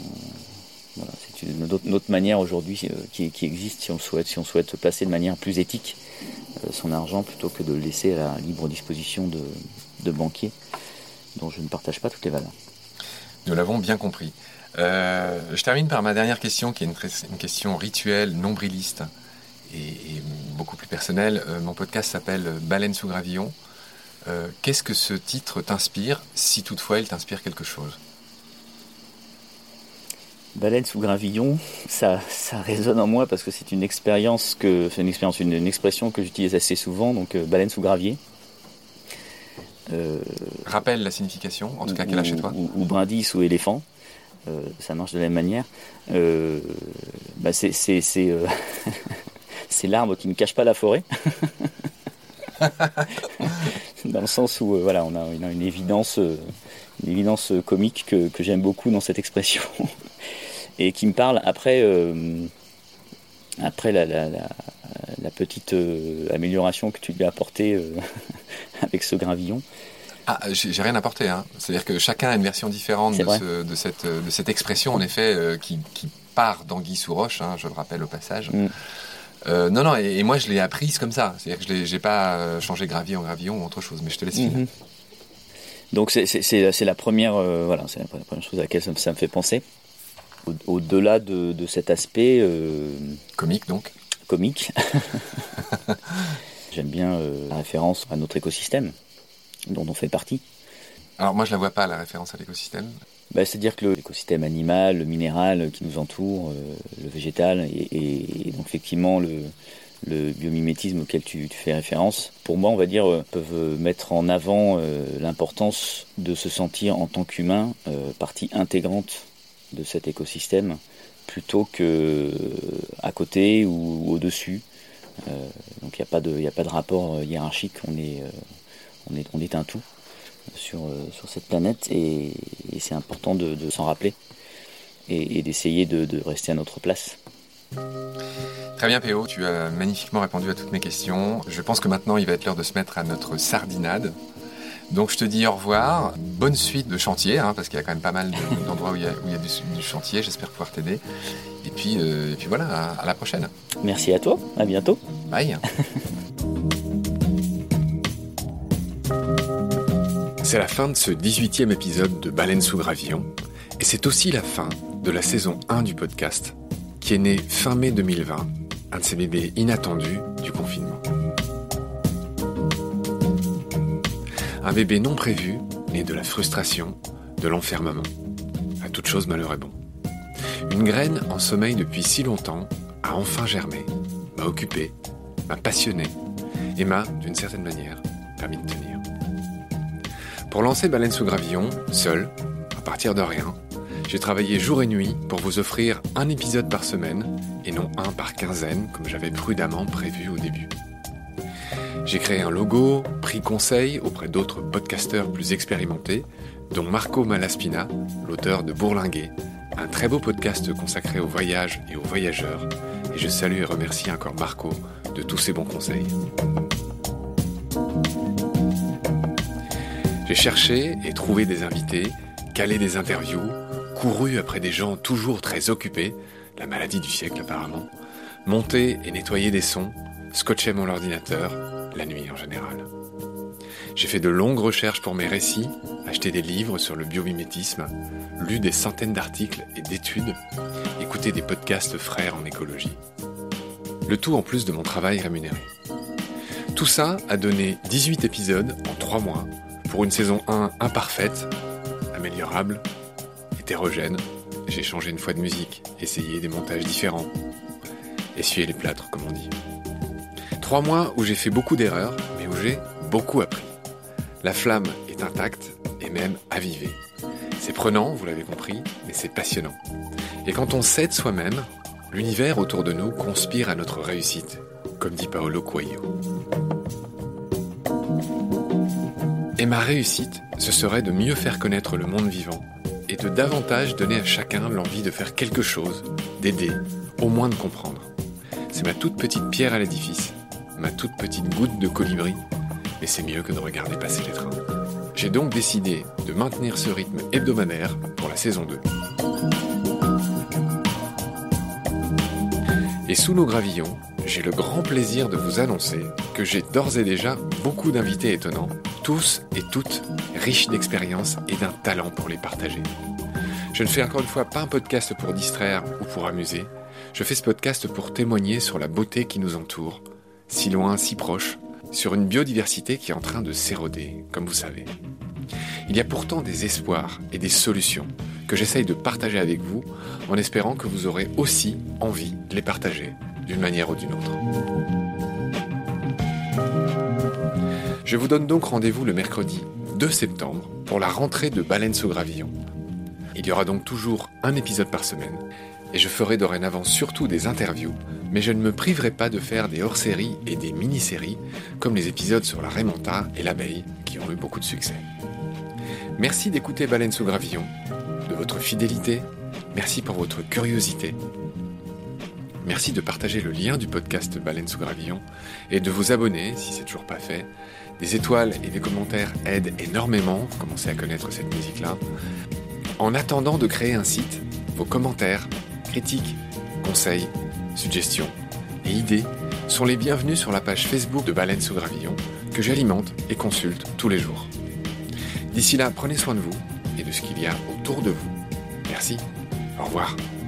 une autre manière aujourd'hui qui existe si on souhaite placer de manière plus éthique son argent plutôt que de le laisser à la libre disposition de banquiers dont je ne partage pas toutes les valeurs. Nous l'avons bien compris. Je termine par ma dernière question, qui est une question rituelle, nombriliste et beaucoup plus personnelle. Mon podcast s'appelle Baleine sous gravillon. Qu'est-ce que ce titre t'inspire, si toutefois il t'inspire quelque chose ? Baleine sous gravillon, ça résonne en moi parce que c'est une expression que j'utilise assez souvent, donc baleine sous gravier. Rappelle la signification, en tout cas qu'elle a chez toi. Ou brindille sous éléphant, ça marche de la même manière. C'est l'arbre qui ne cache pas la forêt. Dans le sens où on a une évidence comique que j'aime beaucoup dans cette expression. Et qui me parle après la petite amélioration que tu lui as apportée avec ce gravillon. Ah, j'ai rien apporté, hein. C'est-à-dire que chacun a une version différente de cette expression, en effet, qui part d'anguille sous roche, hein, je le rappelle au passage. Non, et moi je l'ai apprise comme ça. C'est-à-dire que j'ai pas changé gravier en gravillon ou autre chose, mais je te laisse finir. Donc c'est la première, c'est la première chose à laquelle ça me fait penser. Au-delà de cet aspect comique donc. Comique. J'aime bien la référence à notre écosystème dont on fait partie. Alors moi je la vois pas, la référence à l'écosystème. C'est-à-dire que l'écosystème animal, le minéral qui nous entoure, le végétal et donc effectivement le biomimétisme auquel tu fais référence, pour moi on va dire peuvent mettre en avant l'importance de se sentir en tant qu'humain partie intégrante de cet écosystème plutôt que à côté ou au-dessus. Donc il n'y a pas de rapport hiérarchique, on est un tout sur cette planète et c'est important de s'en rappeler et d'essayer de rester à notre place. Très bien Péo, tu as magnifiquement répondu à toutes mes questions. Je pense que maintenant il va être l'heure de se mettre à notre sardinade. Donc je te dis au revoir, bonne suite de chantier, hein, parce qu'il y a quand même pas mal d'endroits où il y a du chantier, j'espère pouvoir t'aider. Et puis voilà, à la prochaine. Merci à toi, à bientôt. Bye. C'est la fin de ce 18e épisode de Baleine sous gravillon, et c'est aussi la fin de la saison 1 du podcast, qui est né fin mai 2020, un de ces bébés inattendus du confinement. Un bébé non prévu, né de la frustration, de l'enfermement. À toute chose malheur est bon. Une graine en sommeil depuis si longtemps a enfin germé, m'a occupé, m'a passionné et m'a, d'une certaine manière, permis de tenir. Pour lancer Baleine sous gravillon, seul, à partir de rien, j'ai travaillé jour et nuit pour vous offrir un épisode par semaine et non un par quinzaine comme j'avais prudemment prévu au début. J'ai créé un logo, pris conseil auprès d'autres podcasteurs plus expérimentés, dont Marco Malaspina, l'auteur de Bourlinguer, un très beau podcast consacré au voyage et aux voyageurs, et je salue et remercie encore Marco de tous ses bons conseils. J'ai cherché et trouvé des invités, calé des interviews, couru après des gens toujours très occupés, la maladie du siècle apparemment, monté et nettoyé des sons, scotché mon ordinateur, la nuit en général. J'ai fait de longues recherches pour mes récits, acheté des livres sur le biomimétisme, lu des centaines d'articles et d'études, écouté des podcasts frères en écologie. Le tout en plus de mon travail rémunéré. Tout ça a donné 18 épisodes en 3 mois, pour une saison 1 imparfaite, améliorable, hétérogène. J'ai changé une fois de musique, essayé des montages différents, essuyé les plâtres comme on dit. 3 mois où j'ai fait beaucoup d'erreurs, mais où j'ai beaucoup appris. La flamme est intacte et même avivée. C'est prenant, vous l'avez compris, mais c'est passionnant. Et quand on s'aide soi-même, l'univers autour de nous conspire à notre réussite, comme dit Paolo Coelho. Et ma réussite, ce serait de mieux faire connaître le monde vivant et de davantage donner à chacun l'envie de faire quelque chose, d'aider, au moins de comprendre. C'est ma toute petite pierre à l'édifice. ma toute petite goutte de colibri, mais c'est mieux que de regarder passer les trains. J'ai donc décidé de maintenir ce rythme hebdomadaire pour la saison 2. Et sous nos gravillons, j'ai le grand plaisir de vous annoncer que j'ai d'ores et déjà beaucoup d'invités étonnants, tous et toutes riches d'expérience et d'un talent pour les partager. Je ne fais encore une fois pas un podcast pour distraire ou pour amuser, je fais ce podcast pour témoigner sur la beauté qui nous entoure, si loin, si proche, sur une biodiversité qui est en train de s'éroder, comme vous savez. Il y a pourtant des espoirs et des solutions que j'essaye de partager avec vous en espérant que vous aurez aussi envie de les partager d'une manière ou d'une autre. Je vous donne donc rendez-vous le mercredi 2 septembre pour la rentrée de Baleines sous Gravillon. Il y aura donc toujours un épisode par semaine et je ferai dorénavant surtout des interviews, mais je ne me priverai pas de faire des hors-séries et des mini-séries comme les épisodes sur la Raimonta et l'abeille qui ont eu beaucoup de succès. Merci d'écouter Baleines sous Gravillon, de votre fidélité, merci pour votre curiosité. Merci de partager le lien du podcast Baleines sous Gravillon et de vous abonner si c'est toujours pas fait. Des étoiles et des commentaires aident énormément, vous commencez à connaître cette musique-là. En attendant de créer un site, vos commentaires, critiques, conseils, suggestions et idées sont les bienvenus sur la page Facebook de Baleines sous Gravillon que j'alimente et consulte tous les jours. D'ici là, prenez soin de vous et de ce qu'il y a autour de vous. Merci. Au revoir.